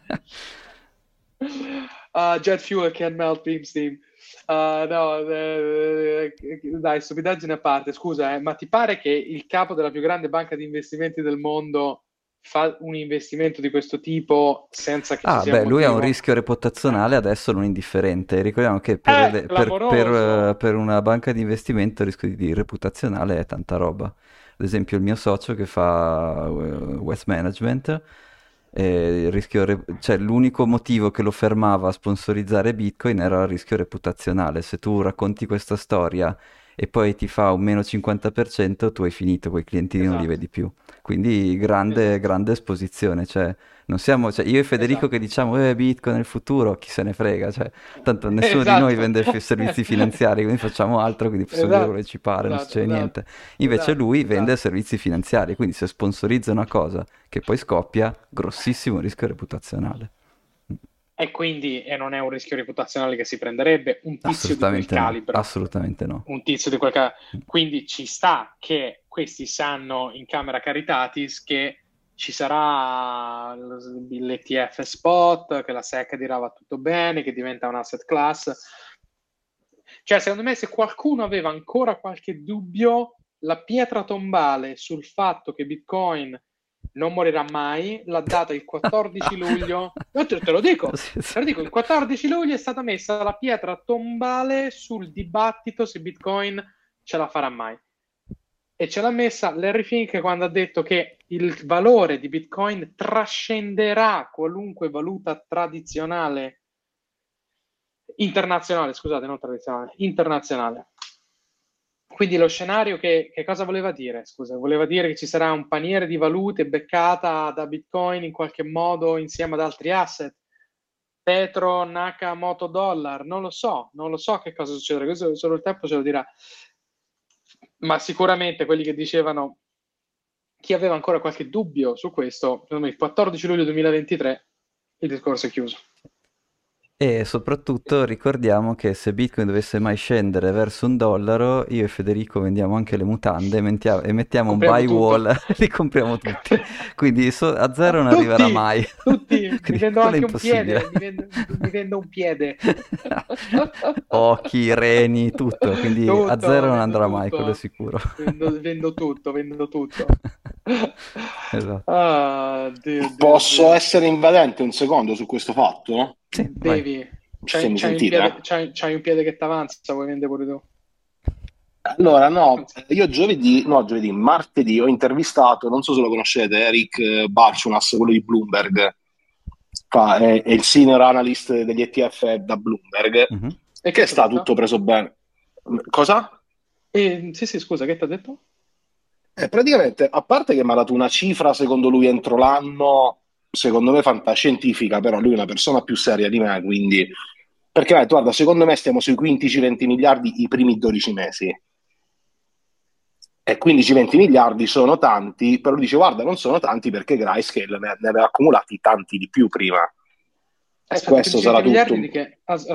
Jet fuel can melt beam steam. No, dai, stupidaggine a parte, scusa, ma ti pare che il capo della più grande banca di investimenti del mondo fa un investimento di questo tipo senza che ci sia un motivo? Lui ha un rischio reputazionale adesso non indifferente. Ricordiamo che per una banca di investimento il rischio di reputazionale è tanta roba. Ad esempio il mio socio che fa Wealth Management, l'unico motivo che lo fermava a sponsorizzare Bitcoin era il rischio reputazionale. Se tu racconti questa storia e poi ti fa un meno 50%, tu hai finito, quei clienti non li vedi più. Quindi grande esposizione, non siamo, io e Federico che diciamo Bitcoin nel futuro, chi se ne frega, tanto nessuno di noi vende più servizi finanziari, quindi facciamo altro, quindi possiamo dire quello che ci pare, non succede niente. Invece lui vende servizi finanziari, quindi se sponsorizza una cosa che poi scoppia, grossissimo rischio reputazionale. E quindi non è un rischio reputazionale che si prenderebbe un tizio di quel calibro. Assolutamente no. Un tizio di quel calibro. Quindi ci sta che questi sanno in Camera Caritatis che ci sarà l'ETF spot, che la SEC dirà va tutto bene, che diventa un asset class. Secondo me se qualcuno aveva ancora qualche dubbio, la pietra tombale sul fatto che Bitcoin non morirà mai, l'ha data il 14 luglio. Te lo dico, il 14 luglio è stata messa la pietra tombale sul dibattito se Bitcoin ce la farà mai. E ce l'ha messa Larry Fink quando ha detto che il valore di Bitcoin trascenderà qualunque valuta tradizionale internazionale, scusate, non tradizionale, internazionale. Quindi lo scenario che cosa voleva dire? Scusa, voleva dire che ci sarà un paniere di valute beccata da Bitcoin in qualche modo insieme ad altri asset? Petro, Nakamoto, dollar? Non lo so che cosa succederà, questo solo il tempo ce lo dirà. Ma sicuramente quelli che dicevano, chi aveva ancora qualche dubbio su questo, secondo me il 14 luglio 2023 il discorso è chiuso. E soprattutto ricordiamo che se Bitcoin dovesse mai scendere verso $1, io e Federico vendiamo anche le mutande e mettiamo compriamo un buy wall, li compriamo tutti. Quindi a zero non arriverà mai. Tutti, mi vendo anche un piede, mi vendo un piede. Occhi, reni, tutto. Quindi tutto, a zero non andrà mai, quello è sicuro. Vendo tutto. Esatto. Posso essere invadente un secondo su questo fatto? Sì, devi. C'hai un piede che ti avanza, vuoi vendere pure tu? Allora, no, io martedì ho intervistato, non so se lo conoscete, Eric Balchunas, quello di Bloomberg, è il senior analyst degli ETF da Bloomberg, e che sta tutto preso bene. Cosa? Sì, scusa, che ti ha detto? Praticamente, a parte che mi ha dato una cifra, secondo lui, entro l'anno, secondo me fantascientifica, però lui è una persona più seria di me, quindi... Perché, guarda, secondo me stiamo sui 15-20 miliardi i primi 12 mesi. E 15-20 miliardi sono tanti, però lui dice, guarda, non sono tanti perché Grayscale ne aveva accumulati tanti di più prima. Questo sarà tutto.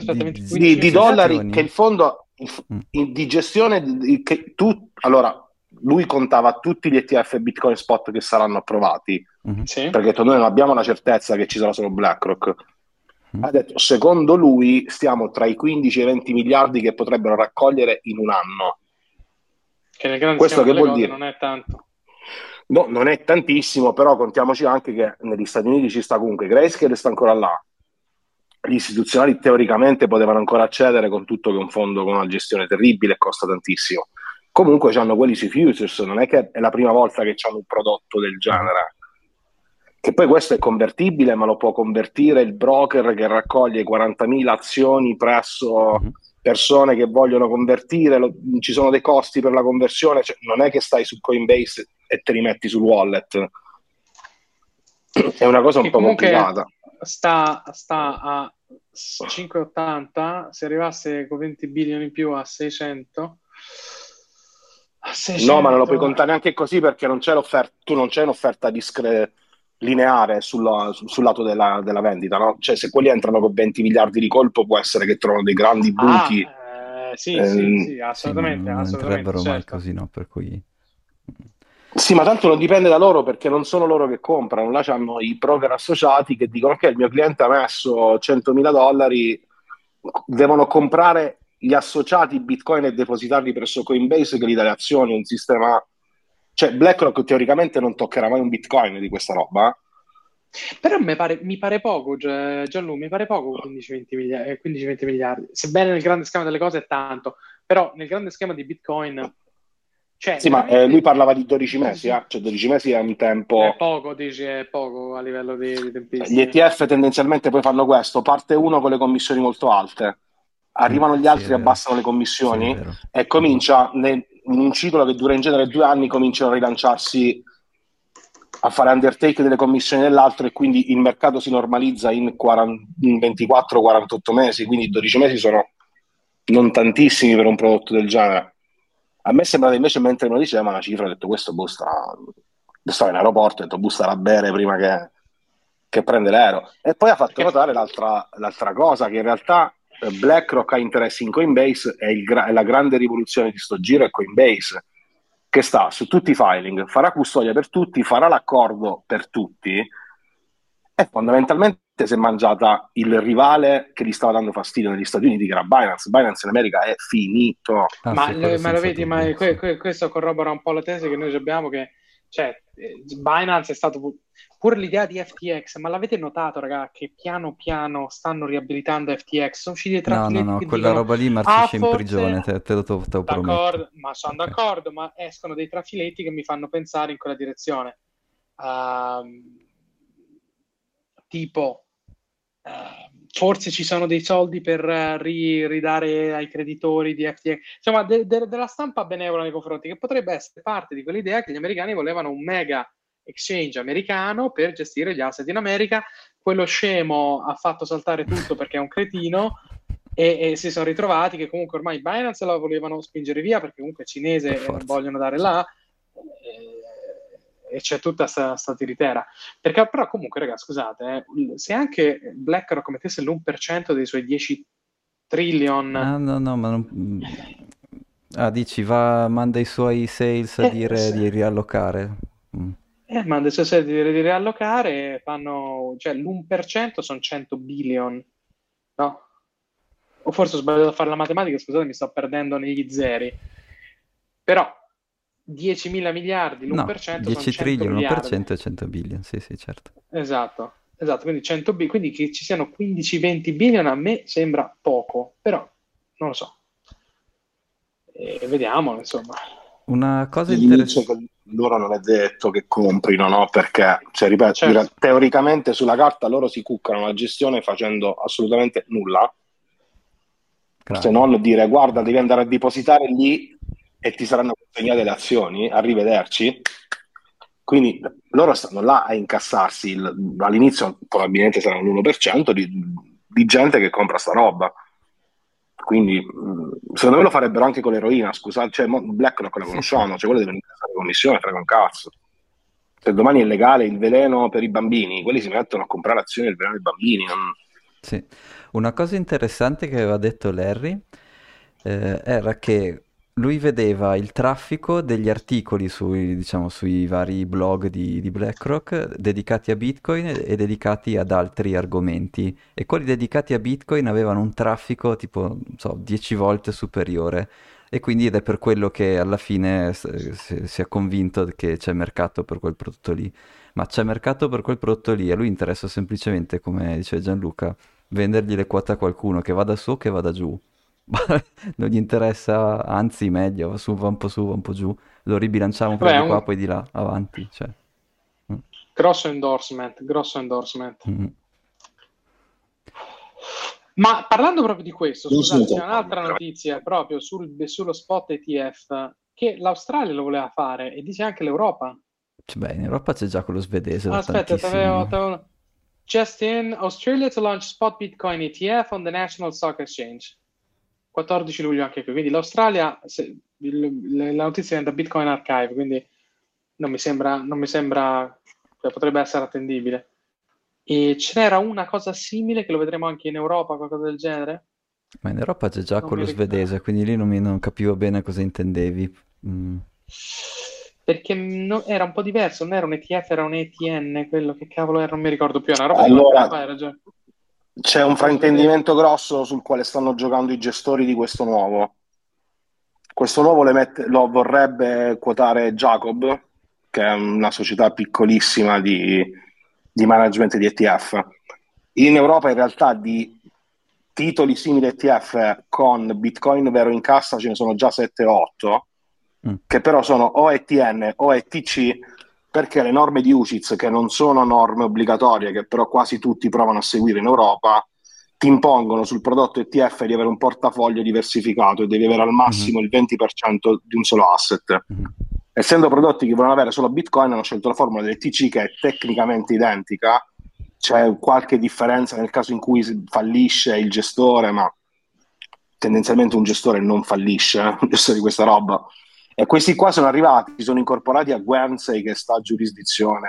Di dollari che il fondo di gestione allora lui contava tutti gli ETF Bitcoin spot che saranno approvati, Sì. perché ha detto, noi non abbiamo la certezza che ci sarà solo BlackRock. Mhm. Ha detto, secondo lui stiamo tra i 15 e i 20 miliardi che potrebbero raccogliere in un anno. Che nel grande Questo schema che delle vuol cose dire? non è tanto. No, non è tantissimo, però contiamoci anche che negli Stati Uniti ci sta comunque Grayscale, sta ancora là. Gli istituzionali teoricamente potevano ancora accedere, con tutto che è un fondo con una gestione terribile e costa tantissimo. Comunque hanno quelli sui futures, non è che è la prima volta che hanno un prodotto del genere. Che poi questo è convertibile, ma lo può convertire il broker che raccoglie 40.000 azioni presso Mhm. persone che vogliono convertire, ci sono dei costi per la conversione, cioè, non è che stai su Coinbase e te li metti sul wallet. È una cosa un Che po' comunque complicata. sta a 5,80, se arrivasse con 20 bilioni in più a 600, No, ma non lo puoi contare neanche così, perché non c'è l'offerta, tu non c'è un'offerta lineare sul lato della vendita, no? Cioè, se quelli entrano con 20 miliardi di colpo, può essere che trovano dei grandi buchi. Sì, sì, sì, Sì, ma assolutamente, non assolutamente, entrerebbero mai certo. così, no? Per cui... Sì, ma tanto non dipende da loro, perché non sono loro che comprano, là c'hanno i broker associati che dicono: ok, il mio cliente ha messo $100.000, devono comprare gli associati Bitcoin e depositarli presso Coinbase, che gli dà le azioni, un sistema. Cioè, BlackRock teoricamente non toccherà mai un Bitcoin di questa roba. Però mi pare poco, Gianlu, mi pare poco 15-20 miliardi, 15-20 miliardi. Sebbene nel grande schema delle cose è tanto, però nel grande schema di Bitcoin, cioè Sì, ma lui veramente parlava di 12 sì, sì, mesi, sì. cioè 12 mesi è un È tempo. poco, dici, è poco a livello di Gli tempistiche. ETF tendenzialmente poi fanno questo: parte uno con le commissioni molto alte, arrivano gli Sì, è altri, vero. abbassano le Sì, è commissioni vero. e Mhm. comincia, in un ciclo che dura in genere 2 anni, cominciano a rilanciarsi, a fare undertake delle commissioni dell'altro, e quindi il mercato si normalizza in 24-48 mesi, quindi 12 mesi sono non tantissimi per un prodotto del genere. A me è sembrata invece, mentre me lo diceva, una cifra, ho detto questo stava in aeroporto, ho detto starà a bere prima che prende l'aereo. E poi ha fatto Perché notare l'altra cosa, che in realtà BlackRock ha interessi in Coinbase, e la grande rivoluzione di sto giro è Coinbase, che sta su tutti i filing, farà custodia per tutti, farà l'accordo per tutti, e fondamentalmente si è mangiata il rivale che gli stava dando fastidio negli Stati Uniti, che era Binance. Binance in America è finito. Ah sì, quello ma lo senza vedi, dubbio, sì. questo corrobora un po' la tesi che noi abbiamo che, cioè, Binance è stato pure l'idea di FTX, ma l'avete notato, raga, che piano piano stanno riabilitando FTX? Sono usciti dei No, no, trafiletti no, che quella dicono, roba lì ah, marcisce in forse, prigione, te lo prometto. d'accordo, ma sono Ok. d'accordo, ma escono dei trafiletti che mi fanno pensare in quella direzione. Tipo, forse ci sono dei soldi per ridare ai creditori di FTX, insomma, della stampa benevola nei confronti, che potrebbe essere parte di quell'idea che gli americani volevano un mega exchange americano per gestire gli asset in America. Quello scemo ha fatto saltare tutto perché è un cretino, e si sono ritrovati che comunque ormai Binance la volevano spingere via perché comunque è Per cinese e forza. vogliono dare Sì. là, e c'è tutta sta tiritera. Perché però comunque, ragazzi, scusate, se anche BlackRock mettesse l'1% dei suoi 10 trillion, Ah, no, no, ma non... Ah, dici, manda i suoi sales a dire se, di riallocare. Mm. manda i suoi soldi di riallocare, fanno, cioè l'1% sono 100 billion, no? O forse ho sbagliato a fare la matematica, scusate, mi sto perdendo negli zeri. Però 10.000 miliardi, No, l'1% sono 10 100 trillion, miliardi. 1% è 100 billion, sì, sì, certo. Esatto, esatto, quindi 100 billion, quindi che ci siano 15-20 billion a me sembra poco, però non lo so. Vediamo, insomma. Una cosa Gli dice interessante... che loro non è detto che comprino, no? Perché, cioè, ripeto, Certo, teoricamente sulla carta loro si cuccano la gestione facendo assolutamente nulla, se Grandi. non dire: guarda, devi andare a depositare lì e ti saranno consegnate le azioni, arrivederci. Quindi loro stanno là a incassarsi, all'inizio probabilmente saranno l'1% di gente che compra sta roba. Quindi secondo me lo farebbero anche con l'eroina, scusate, cioè, BlackRock la Sì, sì. conosciamo, cioè quello deve incassare la commissione, frega un cazzo. Se domani è legale il veleno per i bambini, quelli si mettono a comprare azioni del veleno dei bambini. Sì. Una cosa interessante che aveva detto Larry era che lui vedeva il traffico degli articoli sui, diciamo, sui vari blog di BlackRock dedicati a Bitcoin e dedicati ad altri argomenti. E quelli dedicati a Bitcoin avevano un traffico tipo, non so, 10 volte superiore. E quindi ed è per quello che alla fine si è convinto che c'è mercato per quel prodotto lì. Ma c'è mercato per quel prodotto lì, a lui interessa semplicemente, come dice Gianluca, vendergli le quote a qualcuno che vada su o che vada giù. Non gli interessa, anzi meglio, va un po' giù, lo ribilanciamo un po' Vabbè, è di qua, un poi di là, avanti, cioè. Mm, grosso endorsement, grosso endorsement. mm. Ma parlando proprio di questo, Non scusate, sono c'è un'altra d'accordo. notizia proprio sullo spot ETF che l'Australia lo voleva fare e dice anche l'Europa. Cioè, beh, in Europa c'è già quello svedese da Aspetta, tantissimo, no? Just in Australia to launch spot Bitcoin ETF on the National Stock Exchange. 14 luglio anche qui. Quindi l'Australia, la notizia viene da Bitcoin Archive, quindi non mi sembra, cioè, potrebbe essere attendibile. E ce n'era una cosa simile che lo vedremo anche in Europa, qualcosa del genere? Ma in Europa c'è già Non mi quello ricordo. svedese, quindi lì non capivo bene cosa intendevi. Mm. Perché era un po' diverso, non era un ETF, era un ETN, quello che cavolo era, non mi ricordo più, è una roba di qualche anno Allora, fa, hai ragione. c'è un Lo svedese. fraintendimento grosso sul quale stanno giocando i gestori di questo nuovo. Questo nuovo lo vorrebbe quotare Jacob, che è una società piccolissima di management di ETF. In Europa in realtà di titoli simili ETF con Bitcoin vero in cassa ce ne sono già 7 o 8, Mm. che però sono o ETN o ETC, perché le norme di UCITS, che non sono norme obbligatorie, che però quasi tutti provano a seguire in Europa, ti impongono sul prodotto ETF di avere un portafoglio diversificato e devi avere al Mhm, massimo il 20% di un solo asset. mhm, Essendo prodotti che vogliono avere solo Bitcoin, hanno scelto la formula dell'ETC che è tecnicamente identica. C'è qualche differenza nel caso in cui fallisce il gestore, ma tendenzialmente un gestore non fallisce, un gestore di questa roba. E questi qua sono arrivati, si sono incorporati a Guernsey, che sta a giurisdizione,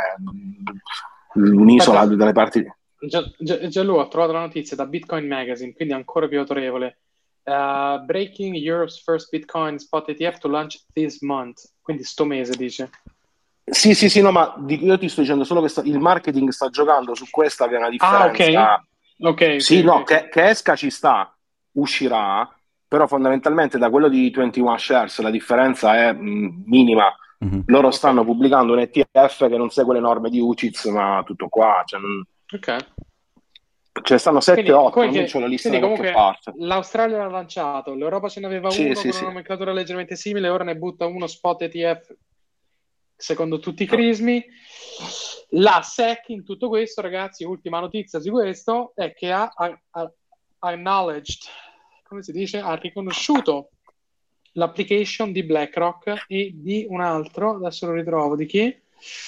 un'isola Aspetta, dalle parti. Gianlu, ho trovato la notizia da Bitcoin Magazine, quindi ancora più autorevole. Breaking Europe's first Bitcoin spot ETF to launch this month. Quindi sto mese, dice. Sì, sì, sì, no, ma io ti sto dicendo solo che il marketing sta giocando su questa, che è una Ah, ok. differenza. Ok, ok, Sì, no, ok. che esca ci sta, uscirà, però fondamentalmente da quello di 21 Shares la differenza è minima. mhm. Loro Ok, stanno pubblicando un ETF che non segue le norme di UCITS, ma tutto qua. Cioè, ok. ce ne stanno Quindi, 7-8, non c'è la lista quindi da qualche comunque parte. l'Australia l'ha lanciato, l'Europa ce n'aveva Sì, uno sì, con una sì. nomenclatura leggermente simile, ora ne butta uno spot ETF secondo tutti i crismi. La SEC in tutto questo, ragazzi, ultima notizia su questo, è che ha acknowledged, come si dice, ha riconosciuto l'application di BlackRock e di un altro, adesso lo ritrovo, di chi?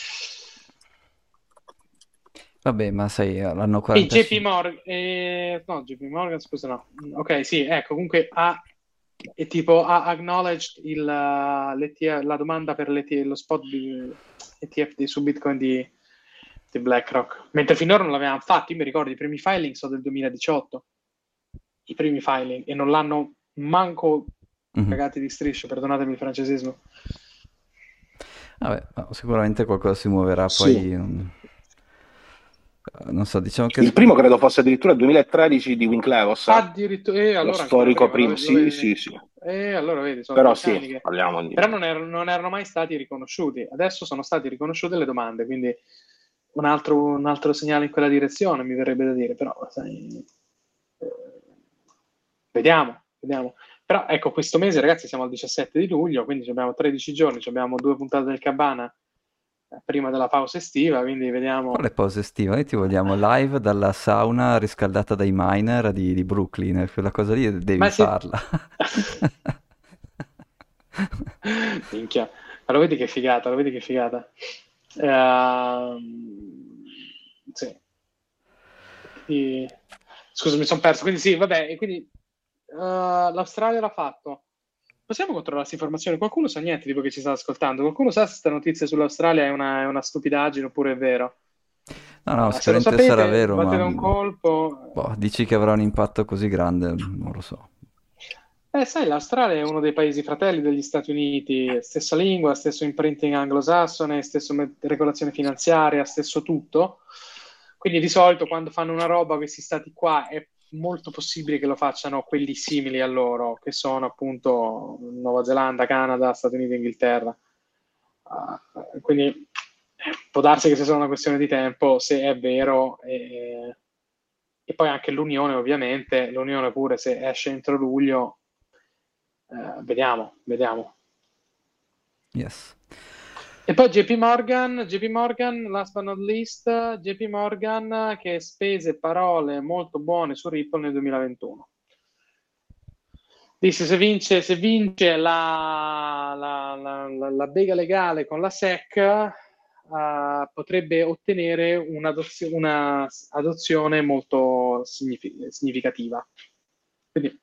Vabbè, ma sai, l'anno E JP 45. Morgan, no, JP Morgan, scusa, no. Ok, sì, ecco, comunque e tipo ha acknowledged la domanda per lo spot di ETF su Bitcoin di BlackRock, mentre finora non l'avevamo fatto. Io mi ricordo i primi filing sono del 2018, i primi filing, e non l'hanno manco Mhm. cagati di striscio, perdonatemi il francesismo. Vabbè, no, sicuramente qualcosa si muoverà, Sì. poi non so, diciamo che Il primo credo fosse addirittura il 2013 di Winklevoss, Addirittura, lo allora ancora storico prima, primo. lo Sì, vedi? sì, sì. Allora vedi, sono Però 10 sì, anni che... parliamo di... Però non erano mai stati riconosciuti. Adesso sono state riconosciute le domande, quindi un altro segnale in quella direzione, mi verrebbe da dire. Però, sai, eh, vediamo. Però, ecco, questo mese, ragazzi, siamo al 17 di luglio, quindi abbiamo 13 giorni, abbiamo 2 puntate del Cabana prima della pausa estiva, quindi vediamo... quale pause estiva? Noi ti vogliamo live dalla sauna riscaldata dai miner di Brooklyn, quella cosa lì devi Ma sì... farla. Minchia, ma lo vedi che figata, lo vedi che figata. Sì. Scusa, mi sono perso. Quindi sì, vabbè, e quindi l'Australia l'ha fatto. Possiamo controllare questa informazione? Qualcuno sa niente di voi che ci sta ascoltando? Qualcuno sa se questa notizia sull'Australia è una stupidaggine oppure è vero? No, no, Se lo sicuramente sarà sapete, vero, battete ma un colpo. boh, dici che avrà un impatto così grande, non lo so. Sai, l'Australia è uno dei paesi fratelli degli Stati Uniti, stessa lingua, stesso imprinting anglosassone, stesso regolazione finanziaria, stesso tutto. Quindi di solito quando fanno una roba questi stati qua è molto possibile che lo facciano quelli simili a loro, che sono appunto Nuova Zelanda, Canada, Stati Uniti e Inghilterra. Quindi può darsi che sia solo una questione di tempo, se è vero. E poi anche l'Unione, ovviamente, l'Unione pure se esce entro luglio. Vediamo. Yes. E poi JP Morgan, last but not least, JP Morgan che spese parole molto buone su Ripple nel 2021. Disse se vince la bega legale con la SEC, potrebbe ottenere una adozione molto significativa. Quindi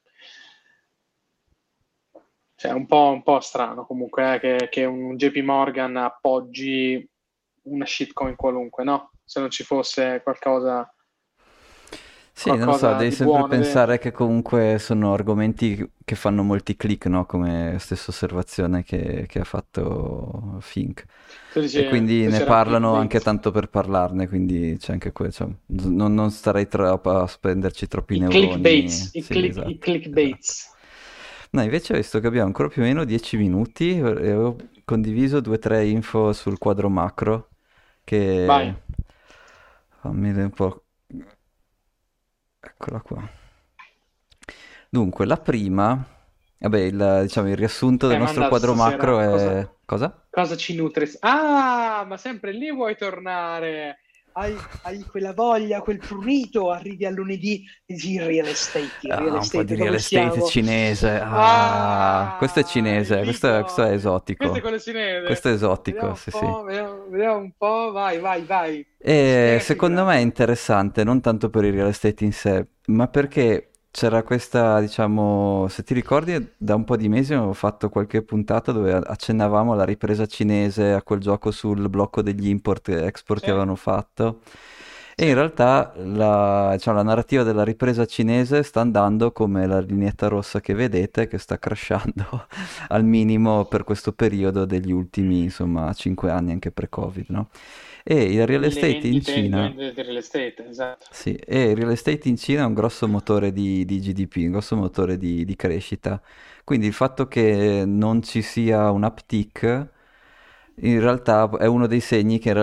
cioè, un po' strano comunque che un JP Morgan appoggi una shitcoin qualunque, no? Se non ci fosse qualcosa Sì, non lo so, devi di sempre buono pensare dentro. che comunque sono argomenti che fanno molti click, no? Come stessa osservazione che ha fatto Fink. E quindi Tu ne dici era parlano anche clickbait. tanto per parlarne, quindi c'è anche questo. Non starei troppo a spenderci troppi I neuroni. clickbaits, Sì, i esatto, esatto. clickbaits. No, invece ho visto che abbiamo ancora più o meno 10 minuti e ho condiviso 2 o 3 info sul quadro macro che... Vai. Fammi vedere un po'... Eccola qua. Dunque, la prima, vabbè, diciamo, il riassunto Che del hai nostro mandato quadro macro stasera? è... Cosa? Cosa ci nutre? Ah, ma sempre lì vuoi tornare? Hai quella voglia, quel prurito, arrivi a lunedì, dici il real Ah, un po' di estate, real dove estate siamo? cinese. Ah, questo è Ah, cinese, il questo è liquido. Questo è esotico. quello Questo cinese. è esotico, Vediamo un sì, sì. po', vediamo un po'. Vai. E Spiegaci secondo me è bene. interessante, non tanto per il real estate in sé, ma perché c'era questa, diciamo, se ti ricordi, da un po' di mesi avevo fatto qualche puntata dove accennavamo alla ripresa cinese, a quel gioco sul blocco degli import e export Sì, che avevano fatto. E in sì. realtà diciamo, la narrativa della ripresa cinese sta andando come la lineetta rossa che vedete, che sta crashando al minimo per questo periodo degli ultimi, insomma, 5 anni, anche pre-Covid, no? E il real Le estate in vendite, le Cina, vendite del real estate, esatto. sì, e il real estate in Cina è un grosso motore di GDP, un grosso motore di crescita. Quindi il fatto che non ci sia un uptick in realtà è uno dei segni che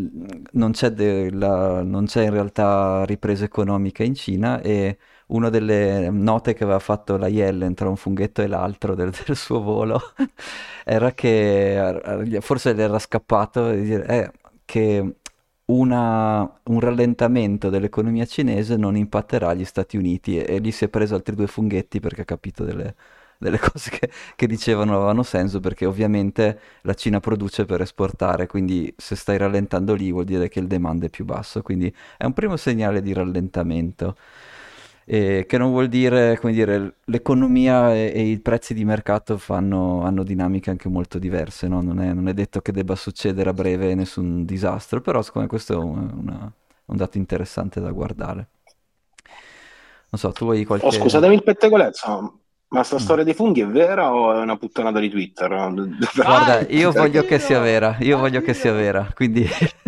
non c'è in realtà ripresa economica in Cina e una delle note che aveva fatto la Yellen tra un funghetto e l'altro del suo volo era che forse le era scappato di dire che un rallentamento dell'economia cinese non impatterà gli Stati Uniti e lì si è preso altri 2 funghetti perché ha capito delle cose che dicevano avevano senso perché ovviamente la Cina produce per esportare, quindi se stai rallentando lì vuol dire che il demand è più basso, quindi è un primo segnale di rallentamento. Che non vuol dire, come dire, l'economia e i prezzi di mercato hanno dinamiche anche molto diverse, no? Non è detto che debba succedere a breve nessun disastro, però secondo me questo è un dato interessante da guardare. Non so, tu hai Oh, qualche... scusatemi il pettegolezzo, ma sta Mm. storia dei funghi è vera o è una puttanata di Twitter? Guarda, Vai, io voglio che sia dillo, vera, io vai, voglio che sia dillo. vera, quindi...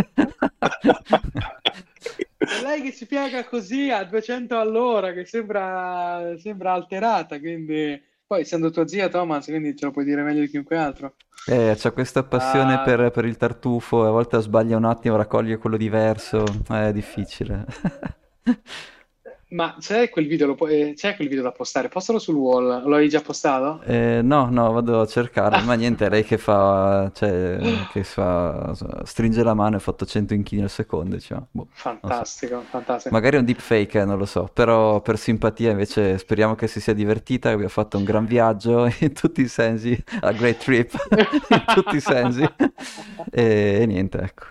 E lei che si piega così a 200 all'ora, che sembra alterata, quindi... Poi, essendo tua zia, Thomas, quindi ce lo puoi dire meglio di chiunque altro. C'ha questa passione Ah, per il tartufo, a volte sbaglia un attimo, raccoglie quello diverso, è difficile. ma c'è quel video da postare? Postalo sul wall. Lo hai già postato? No, no, vado a cercarlo, ma niente, è lei che fa, cioè, che fa, stringe la mano e fa 800 inchini al secondo, diciamo, boh, non so. Fantastico, fantastico. Magari è un deepfake, non lo so, però per simpatia invece speriamo che si sia divertita, che abbia fatto un gran viaggio in tutti i sensi, a great trip, in tutti i sensi, e niente, ecco.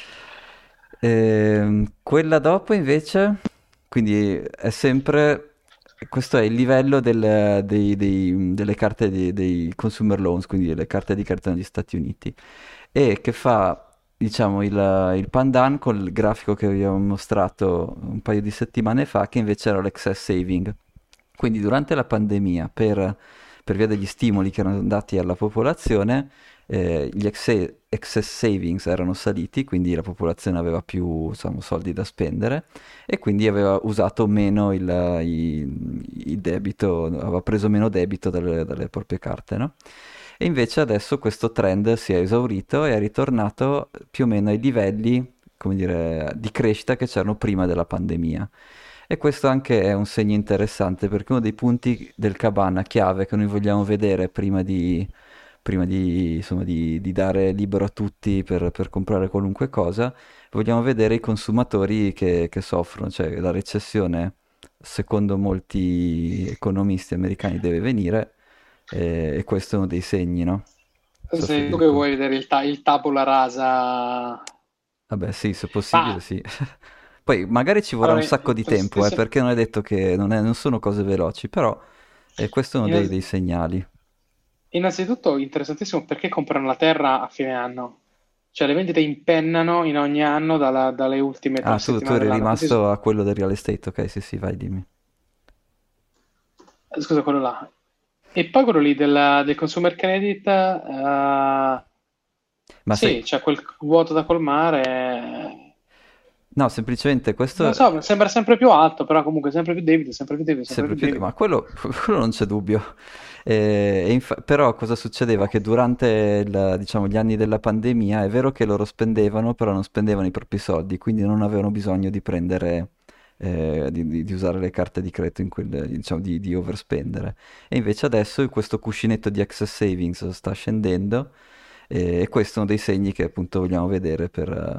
Quella dopo invece, quindi è sempre, questo è il livello delle carte dei consumer loans, quindi le carte di credito negli Stati Uniti, e che fa, diciamo, il pandan con grafico che vi avevo mostrato un paio di settimane fa, che invece era l'excess saving. Quindi durante la pandemia, per via degli stimoli che erano dati alla popolazione, gli excess savings erano saliti, quindi la popolazione aveva più, insomma, soldi da spendere e quindi aveva usato meno il debito, aveva preso meno debito dalle proprie carte, no? E invece adesso questo trend si è esaurito e è ritornato più o meno ai livelli, come dire, di crescita che c'erano prima della pandemia. E questo anche è un segno interessante perché uno dei punti del Cabana chiave che noi vogliamo vedere insomma, di dare libero a tutti per comprare qualunque cosa, vogliamo vedere i consumatori che soffrono, cioè la recessione, secondo molti economisti americani, deve venire e questo è uno dei segni, no? Se tu che vuoi vedere il tabula rasa... Vabbè, sì, se possibile, Ma sì. Poi magari ci vorrà un allora, sacco di tempo, perché non è detto che non sono cose veloci, però questo è uno dei segnali. innanzitutto interessantissimo perché comprano la terra a fine anno. Cioè le vendite impennano in ogni anno dalle ultime 3 Ah, tu settimane eri dell'anno. rimasto a quello del real estate, ok, sì, sì, vai, dimmi. Scusa, quello là. E poi quello lì del consumer credit, Ma sì, sai, c'è quel vuoto da colmare. no, semplicemente Non questo so, sembra sempre più alto, però comunque sempre più debito, sempre più debito, sempre sempre più più, debito. ma quello non c'è dubbio. Però cosa succedeva? Che durante diciamo, gli anni della pandemia è vero che loro spendevano, però non spendevano i propri soldi, quindi non avevano bisogno di prendere, di usare le carte di credito diciamo, di overspendere. E invece adesso questo cuscinetto di excess savings sta scendendo e questo è uno dei segni che appunto vogliamo vedere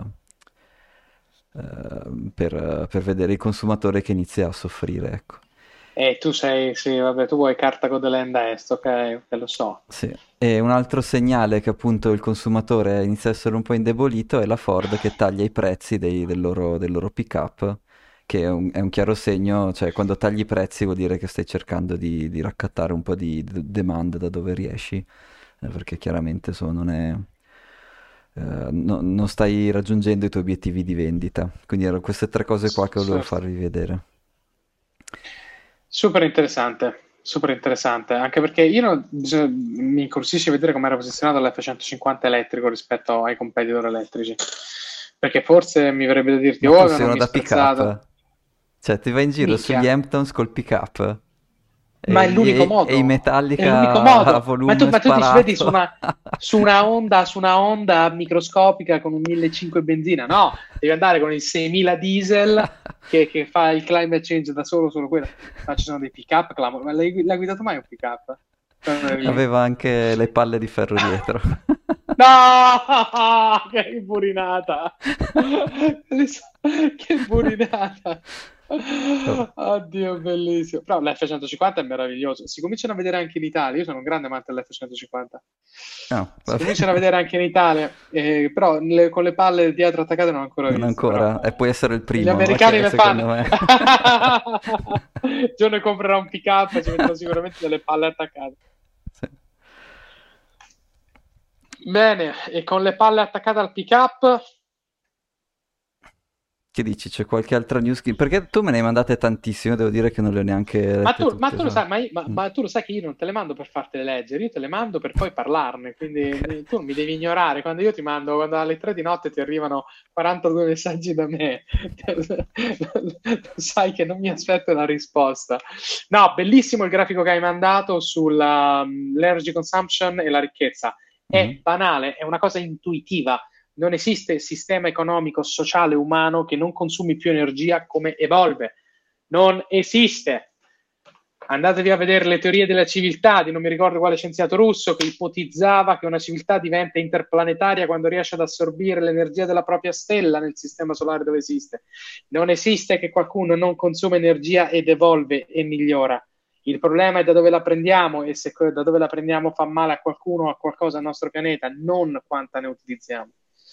per vedere il consumatore che inizia a soffrire, ecco. E tu sei, sì, vabbè, tu vuoi Cartago dell'Enda Est, ok, lo so. Sì. E un altro segnale che appunto il consumatore inizia a essere un po' indebolito è la Ford che taglia i prezzi del loro pick-up, che è un chiaro segno, cioè quando tagli i prezzi vuol dire che stai cercando di raccattare un po' di demand da dove riesci, perché chiaramente insomma non stai raggiungendo i tuoi obiettivi di vendita. Quindi erano queste tre cose qua che volevo Certo. farvi vedere. Super interessante, anche perché mi incuriosisce vedere come era posizionato l'F-150 elettrico rispetto ai competitor elettrici, perché forse mi verrebbe da dirti, Ma oh, tu sei avevano uno da misprezzato, pick-up? Cioè, ti vai in giro sugli minchia, Hamptons col pick-up ma è l'unico e i modo, è l'unico Metallica a modo, volume ma tu ti vedi sparato. su una Honda microscopica con un 1.500 benzina, no, devi andare con il 6.000 diesel che fa il climate change da solo quello. Ma ci sono dei pick-up clamorosi. Ma l'hai guidato mai un pick-up? Quando eri lì? Aveva anche le palle di ferro dietro. No! Che burinata! Che burinata! Oh, Oddio, bellissimo. Però l'F-150 è meraviglioso. Si cominciano a vedere anche in Italia. Io sono un grande amante dell'F-150. no, Si vabbè. cominciano a vedere anche in Italia, però con le palle dietro attaccate non ho ancora Non visto. Però ancora. E puoi essere il gli primo, americani le fanno. secondo me. Il giorno comprerò un pick-up e ci metterò sicuramente delle palle attaccate. Sì. Bene, e con le palle attaccate al pick-up, Che dici? C'è qualche altra news? Perché tu me ne hai mandate tantissime, devo dire che non le ho neanche lette ma tutte. tu lo So. sai, ma tu lo sai che io non te le mando per fartele leggere, io te le mando per poi parlarne, quindi Ok. tu non mi devi ignorare. Quando io ti mando, quando alle 3 di notte ti arrivano 42 messaggi da me, sai che non mi aspetto la risposta. No, bellissimo il grafico che hai mandato sull'energy consumption e la ricchezza. È Mhm. banale, è una cosa intuitiva. Non esiste sistema economico, sociale, umano che non consumi più energia come evolve. Non esiste. Andatevi a vedere le teorie della civiltà di non mi ricordo quale scienziato russo che ipotizzava che una civiltà diventa interplanetaria quando riesce ad assorbire l'energia della propria stella nel sistema solare dove esiste. Non esiste che qualcuno non consuma energia ed evolve e migliora. Il problema è da dove la prendiamo e se da dove la prendiamo fa male a qualcuno o a qualcosa al nostro pianeta, non quanta ne utilizziamo.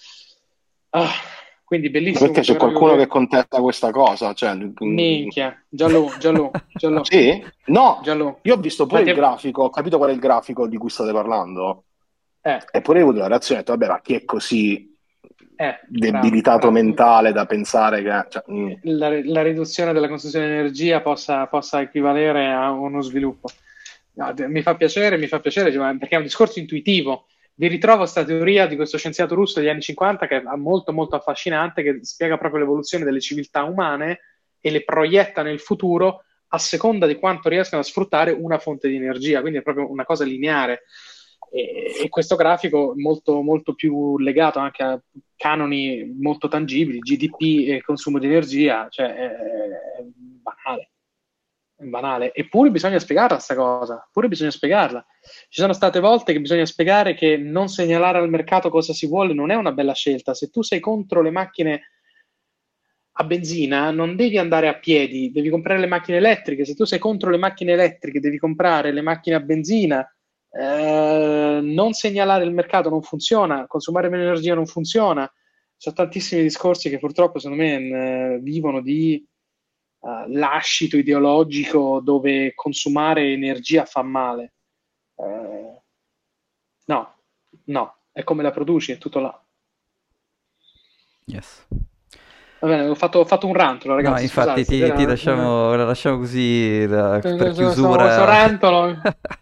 Quindi bellissimo Perché questo c'è grafico. qualcuno che contesta questa cosa? Cioè, Minchia, Giallù. sì? No, Giallù. io ho visto Ma pure il grafico, ho capito qual è il grafico di cui state parlando. eh, E pure io ho avuto la reazione, ho detto, vabbè, ma chi è così debilitato mentale da pensare che... Cioè, la riduzione della consumazione di energia possa equivalere a uno sviluppo. No, mi fa piacere, perché è un discorso intuitivo. Vi ritrovo questa teoria di questo scienziato russo degli anni 50 che è molto molto affascinante, che spiega proprio l'evoluzione delle civiltà umane e le proietta nel futuro a seconda di quanto riescono a sfruttare una fonte di energia, quindi è proprio una cosa lineare. E questo grafico molto, molto più legato anche a canoni molto tangibili, GDP e consumo di energia, cioè è banale. È banale. Eppure bisogna spiegarla sta cosa, eppure bisogna spiegarla. Ci sono state volte che bisogna spiegare che non segnalare al mercato cosa si vuole non è una bella scelta. Se tu sei contro le macchine a benzina, non devi andare a piedi, devi comprare le macchine elettriche. Se tu sei contro le macchine elettriche, devi comprare le macchine a benzina. Non segnalare il mercato non funziona, consumare meno energia non funziona. Ci sono tantissimi discorsi che purtroppo secondo me vivono di lascito ideologico dove consumare energia fa male. No, è come la produci, è tutto là. Yes. Va bene, ho fatto un rantolo, ragazzi. No, infatti scusate, ti lasciamo così per chiusura. Questo rantolo.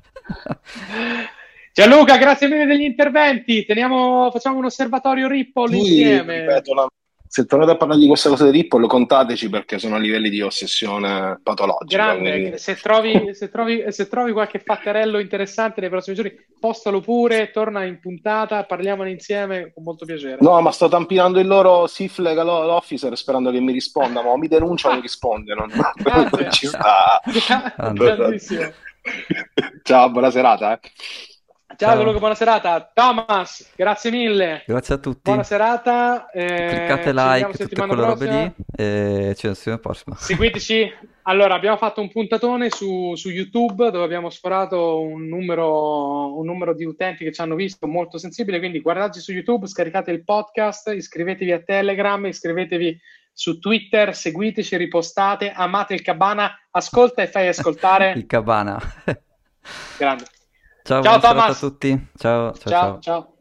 Gianluca, grazie mille degli interventi. Facciamo un osservatorio Ripple insieme. Ripeto, se tornate a parlare di questa cosa di Ripple, contateci perché sono a livelli di ossessione patologica. Grande, quindi... se trovi qualche fatterello interessante nei prossimi giorni, postalo pure, torna in puntata, parliamone insieme con molto piacere. No, ma sto tampinando il loro SIF Legal Officer sperando che mi risponda, ma mi denuncia o mi risponde, non ci sta. Grandissimo. Ciao, buona serata. Ciao Luca, buona serata. Thomas, grazie mille. Grazie a tutti. Buona serata. Cliccate like, tutte quelle robe lì e ci vediamo prossima. Seguiteci. Allora, abbiamo fatto un puntatone su YouTube dove abbiamo sforato un numero di utenti che ci hanno visto molto sensibile, quindi guardateci su YouTube, scaricate il podcast, iscrivetevi a Telegram, iscrivetevi su Twitter, seguiteci, ripostate, amate il Cabana, ascolta e fai ascoltare il Cabana. Grande. Ciao Thomas. A tutti. Ciao. Ciao.